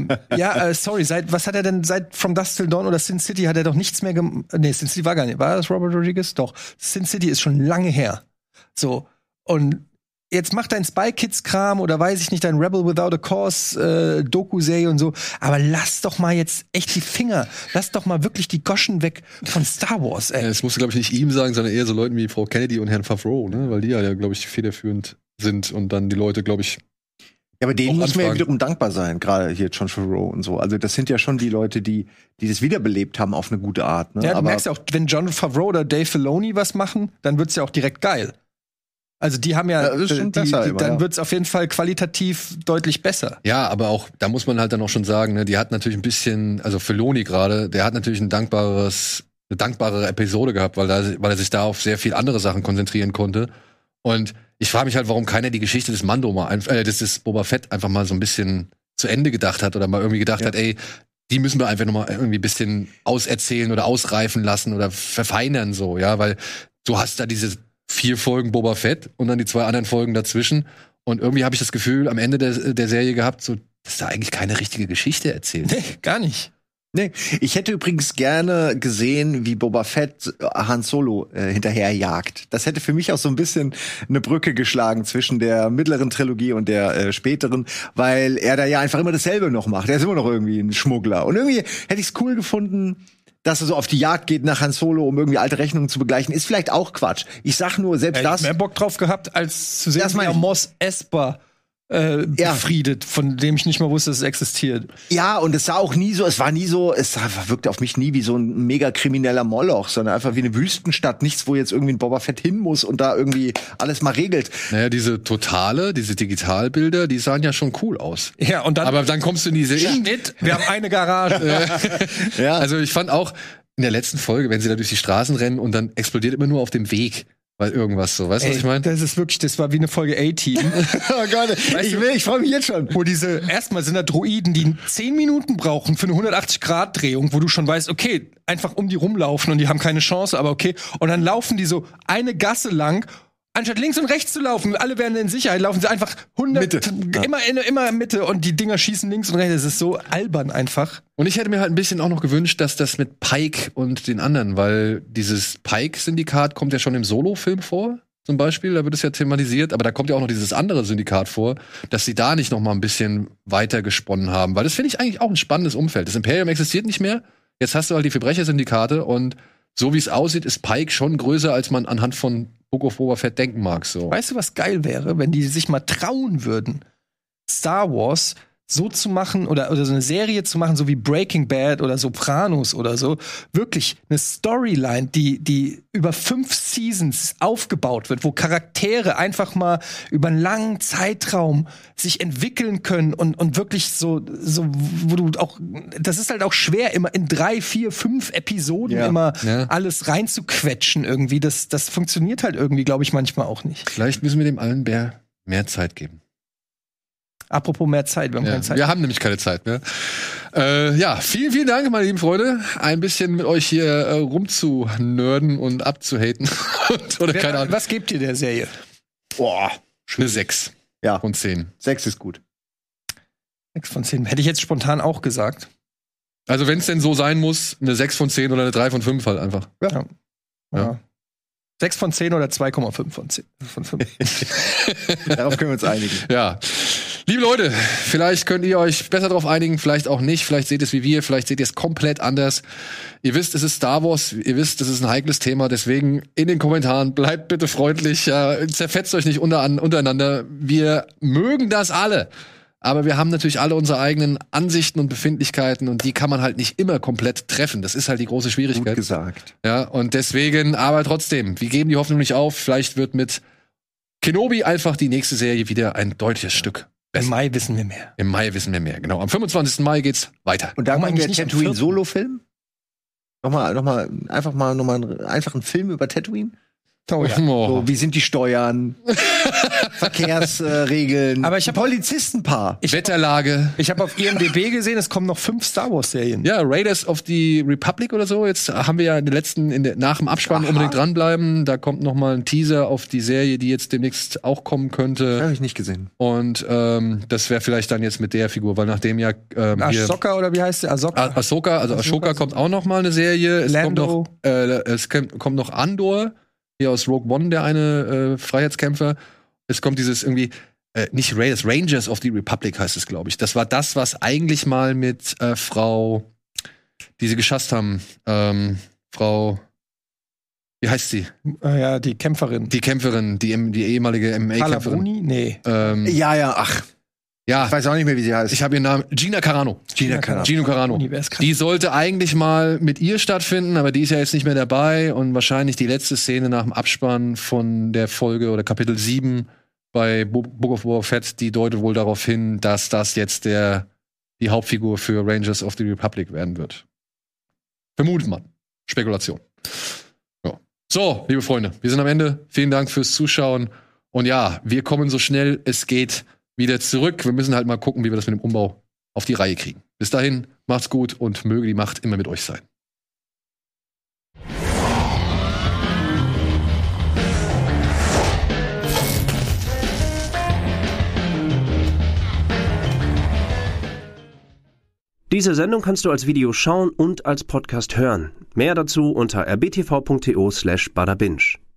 sorry, was hat er denn seit From Dusk Till Dawn oder Sin City hat er doch nichts mehr gemacht? Nee, Sin City war gar nicht. War das Robert Rodriguez? Doch. Sin City ist schon lange her. So. Und jetzt mach dein Spy Kids Kram oder weiß ich nicht, dein Rebel Without a Cause Doku-Serie und so. Aber lass doch mal jetzt echt die Finger. Lass doch mal wirklich die Goschen weg von Star Wars, ey. Ja, das musst du, glaube ich, nicht ihm sagen, sondern eher so Leuten wie Frau Kennedy und Herrn Favreau, ne? Weil die ja, glaube ich, federführend sind und dann die Leute, glaube ich. Ja, aber denen muss man ja anfragen. wiederum dankbar sein, gerade hier John Favreau und so. Also das sind ja schon die Leute, die das wiederbelebt haben auf eine gute Art. Ne? Ja, du aber merkst ja auch, wenn John Favreau oder Dave Filoni was machen, dann wird's ja auch direkt geil. Also die haben ja, das ist schon besser immer, dann ja. wird's auf jeden Fall qualitativ deutlich besser. Ja, aber auch, da muss man halt dann auch schon sagen, ne, die hat natürlich ein bisschen, also Filoni gerade, der hat natürlich eine dankbare Episode gehabt, weil er sich da auf sehr viel andere Sachen konzentrieren konnte. Und ich frage mich halt, warum keiner die Geschichte des Mando mal, des Boba Fett einfach mal so ein bisschen zu Ende gedacht hat oder mal irgendwie gedacht hat, ey, die müssen wir einfach nochmal irgendwie ein bisschen auserzählen oder ausreifen lassen oder verfeinern so, ja, weil du hast da diese 4 Folgen Boba Fett und dann die 2 anderen Folgen dazwischen. Und irgendwie habe ich das Gefühl am Ende der Serie gehabt, so, dass da eigentlich keine richtige Geschichte erzählt. Nee, gar nicht. Nee, ich hätte übrigens gerne gesehen, wie Boba Fett Han Solo hinterherjagt. Das hätte für mich auch so ein bisschen eine Brücke geschlagen zwischen der mittleren Trilogie und der späteren, weil er da ja einfach immer dasselbe noch macht. Er ist immer noch irgendwie ein Schmuggler. Und irgendwie hätte ich es cool gefunden, dass er so auf die Jagd geht nach Han Solo, um irgendwie alte Rechnungen zu begleichen. Ist vielleicht auch Quatsch. Ich sag nur, selbst das. Ich hab mehr Bock drauf gehabt, als zu sehen, Das wie meine er ich. Mos Espa befriedet, von dem ich nicht mal wusste, dass es existiert. Ja, und es war nie so, es wirkte auf mich nie wie so ein mega krimineller Moloch, sondern einfach wie eine Wüstenstadt. Nichts, wo jetzt irgendwie ein Boba Fett hin muss und da irgendwie alles mal regelt. Naja, diese Digitalbilder, die sahen ja schon cool aus. Ja, und dann. Aber dann kommst du in diese Schnitt, wir haben eine Garage. Ja. Also ich fand auch in der letzten Folge, wenn sie da durch die Straßen rennen und dann explodiert immer nur auf dem Weg, weil irgendwas so, weißt du, was ich meine? Das war wie eine Folge A-Team. Oh Gott, ich freue mich jetzt schon. Wo erstmal sind da Droiden, die 10 Minuten brauchen für eine 180-Grad-Drehung, wo du schon weißt, okay, einfach um die rumlaufen und die haben keine Chance, aber okay. Und dann laufen die so eine Gasse lang, anstatt links und rechts zu laufen, alle werden in Sicherheit, laufen sie einfach 100, immer Mitte und die Dinger schießen links und rechts. Das ist so albern einfach. Und ich hätte mir halt ein bisschen auch noch gewünscht, dass das mit Pike und den anderen, weil dieses Pike-Syndikat kommt ja schon im Solo-Film vor, zum Beispiel, da wird es ja thematisiert, aber da kommt ja auch noch dieses andere Syndikat vor, dass sie da nicht noch mal ein bisschen weiter gesponnen haben, weil das finde ich eigentlich auch ein spannendes Umfeld. Das Imperium existiert nicht mehr, jetzt hast du halt die Verbrechersyndikate und so wie es aussieht, ist Pike schon größer, als man anhand von Book of Boba Fett denken mag. So. Weißt du, was geil wäre, wenn die sich mal trauen würden, Star Wars so zu machen oder so eine Serie zu machen, so wie Breaking Bad oder Sopranos oder so, wirklich eine Storyline, die über 5 Seasons aufgebaut wird, wo Charaktere einfach mal über einen langen Zeitraum sich entwickeln können und wirklich so, wo du auch, das ist halt auch schwer, immer in 3, 4, 5 Episoden alles reinzuquetschen irgendwie. Das funktioniert halt irgendwie, glaube ich, manchmal auch nicht. Vielleicht müssen wir dem allen mehr Zeit geben. Apropos mehr Zeit, wir haben keine Zeit. Wir haben nämlich keine Zeit mehr. Vielen, vielen Dank, meine lieben Freunde. Ein bisschen mit euch hier rumzunörden und abzuhaten. Oder keine Ahnung. Was gebt ihr der Serie? Boah. Eine 6 von 10. 6 ist gut. 6 von 10. Hätte ich jetzt spontan auch gesagt. Also wenn es denn so sein muss, eine 6 von 10 oder eine 3 von 5 halt einfach. Ja. 6 von 10 oder 2,5 von 10. Von 5. Darauf können wir uns einigen. Ja. Liebe Leute, vielleicht könnt ihr euch besser darauf einigen, vielleicht auch nicht. Vielleicht seht ihr es wie wir, vielleicht seht ihr es komplett anders. Ihr wisst, es ist Star Wars, ihr wisst, es ist ein heikles Thema. Deswegen in den Kommentaren bleibt bitte freundlich, zerfetzt euch nicht untereinander. Wir mögen das alle. Aber wir haben natürlich alle unsere eigenen Ansichten und Befindlichkeiten und die kann man halt nicht immer komplett treffen. Das ist halt die große Schwierigkeit. Gut gesagt. Ja, und deswegen, aber trotzdem, wir geben die Hoffnung nicht auf. Vielleicht wird mit Kenobi einfach die nächste Serie wieder ein deutliches Stück besser. Im Mai wissen wir mehr. Im Mai wissen wir mehr, genau. Am 25. Mai geht's weiter. Und da Warum kommt der eigentlich nicht am Tatooine-Solo-Film? Nochmal einen einfachen Film über Tatooine? Oh ja. So, wie sind die Steuern? Verkehrsregeln. Aber ich hab- Polizistenpaar. Wetterlage. Ich habe auf IMDb gesehen, es kommen noch 5 Star Wars-Serien. Ja, Raiders of the Republic oder so. Jetzt haben wir ja in den letzten, nach dem Abspann unbedingt dranbleiben. Da kommt noch mal ein Teaser auf die Serie, die jetzt demnächst auch kommen könnte. Habe ich nicht gesehen. Und das wäre vielleicht dann jetzt mit der Figur, weil nachdem ja hier Ahsoka oder wie heißt der? Ahsoka kommt auch noch mal eine Serie. Es Lando. kommt noch Andor, hier aus Rogue One, der eine Freiheitskämpfer. Es kommt dieses irgendwie nicht Raiders, Rangers of the Republic heißt es, glaube ich. Das war das, was eigentlich mal mit Frau, die sie geschasst haben, Frau, wie heißt sie? Ja, die Kämpferin. Die Kämpferin, die ehemalige MMA-Kämpferin. Bruni? Nee. Ja, Ja, ich weiß auch nicht mehr, wie sie heißt. ich habe ihren Namen, Gina Carano. Gina Carano. Gino Carano. Wer ist krass. Die sollte eigentlich mal mit ihr stattfinden, aber die ist ja jetzt nicht mehr dabei und wahrscheinlich die letzte Szene nach dem Abspann von der Folge oder Kapitel 7 bei Book of Boba Fett, die deutet wohl darauf hin, dass das jetzt die Hauptfigur für Rangers of the Republic werden wird. Vermutet man. Spekulation. Ja. So, liebe Freunde, wir sind am Ende. Vielen Dank fürs Zuschauen. Und ja, wir kommen so schnell es geht wieder zurück. Wir müssen halt mal gucken, wie wir das mit dem Umbau auf die Reihe kriegen. Bis dahin, macht's gut und möge die Macht immer mit euch sein. Diese Sendung kannst du als Video schauen und als Podcast hören. Mehr dazu unter rbtv.to/badabinch.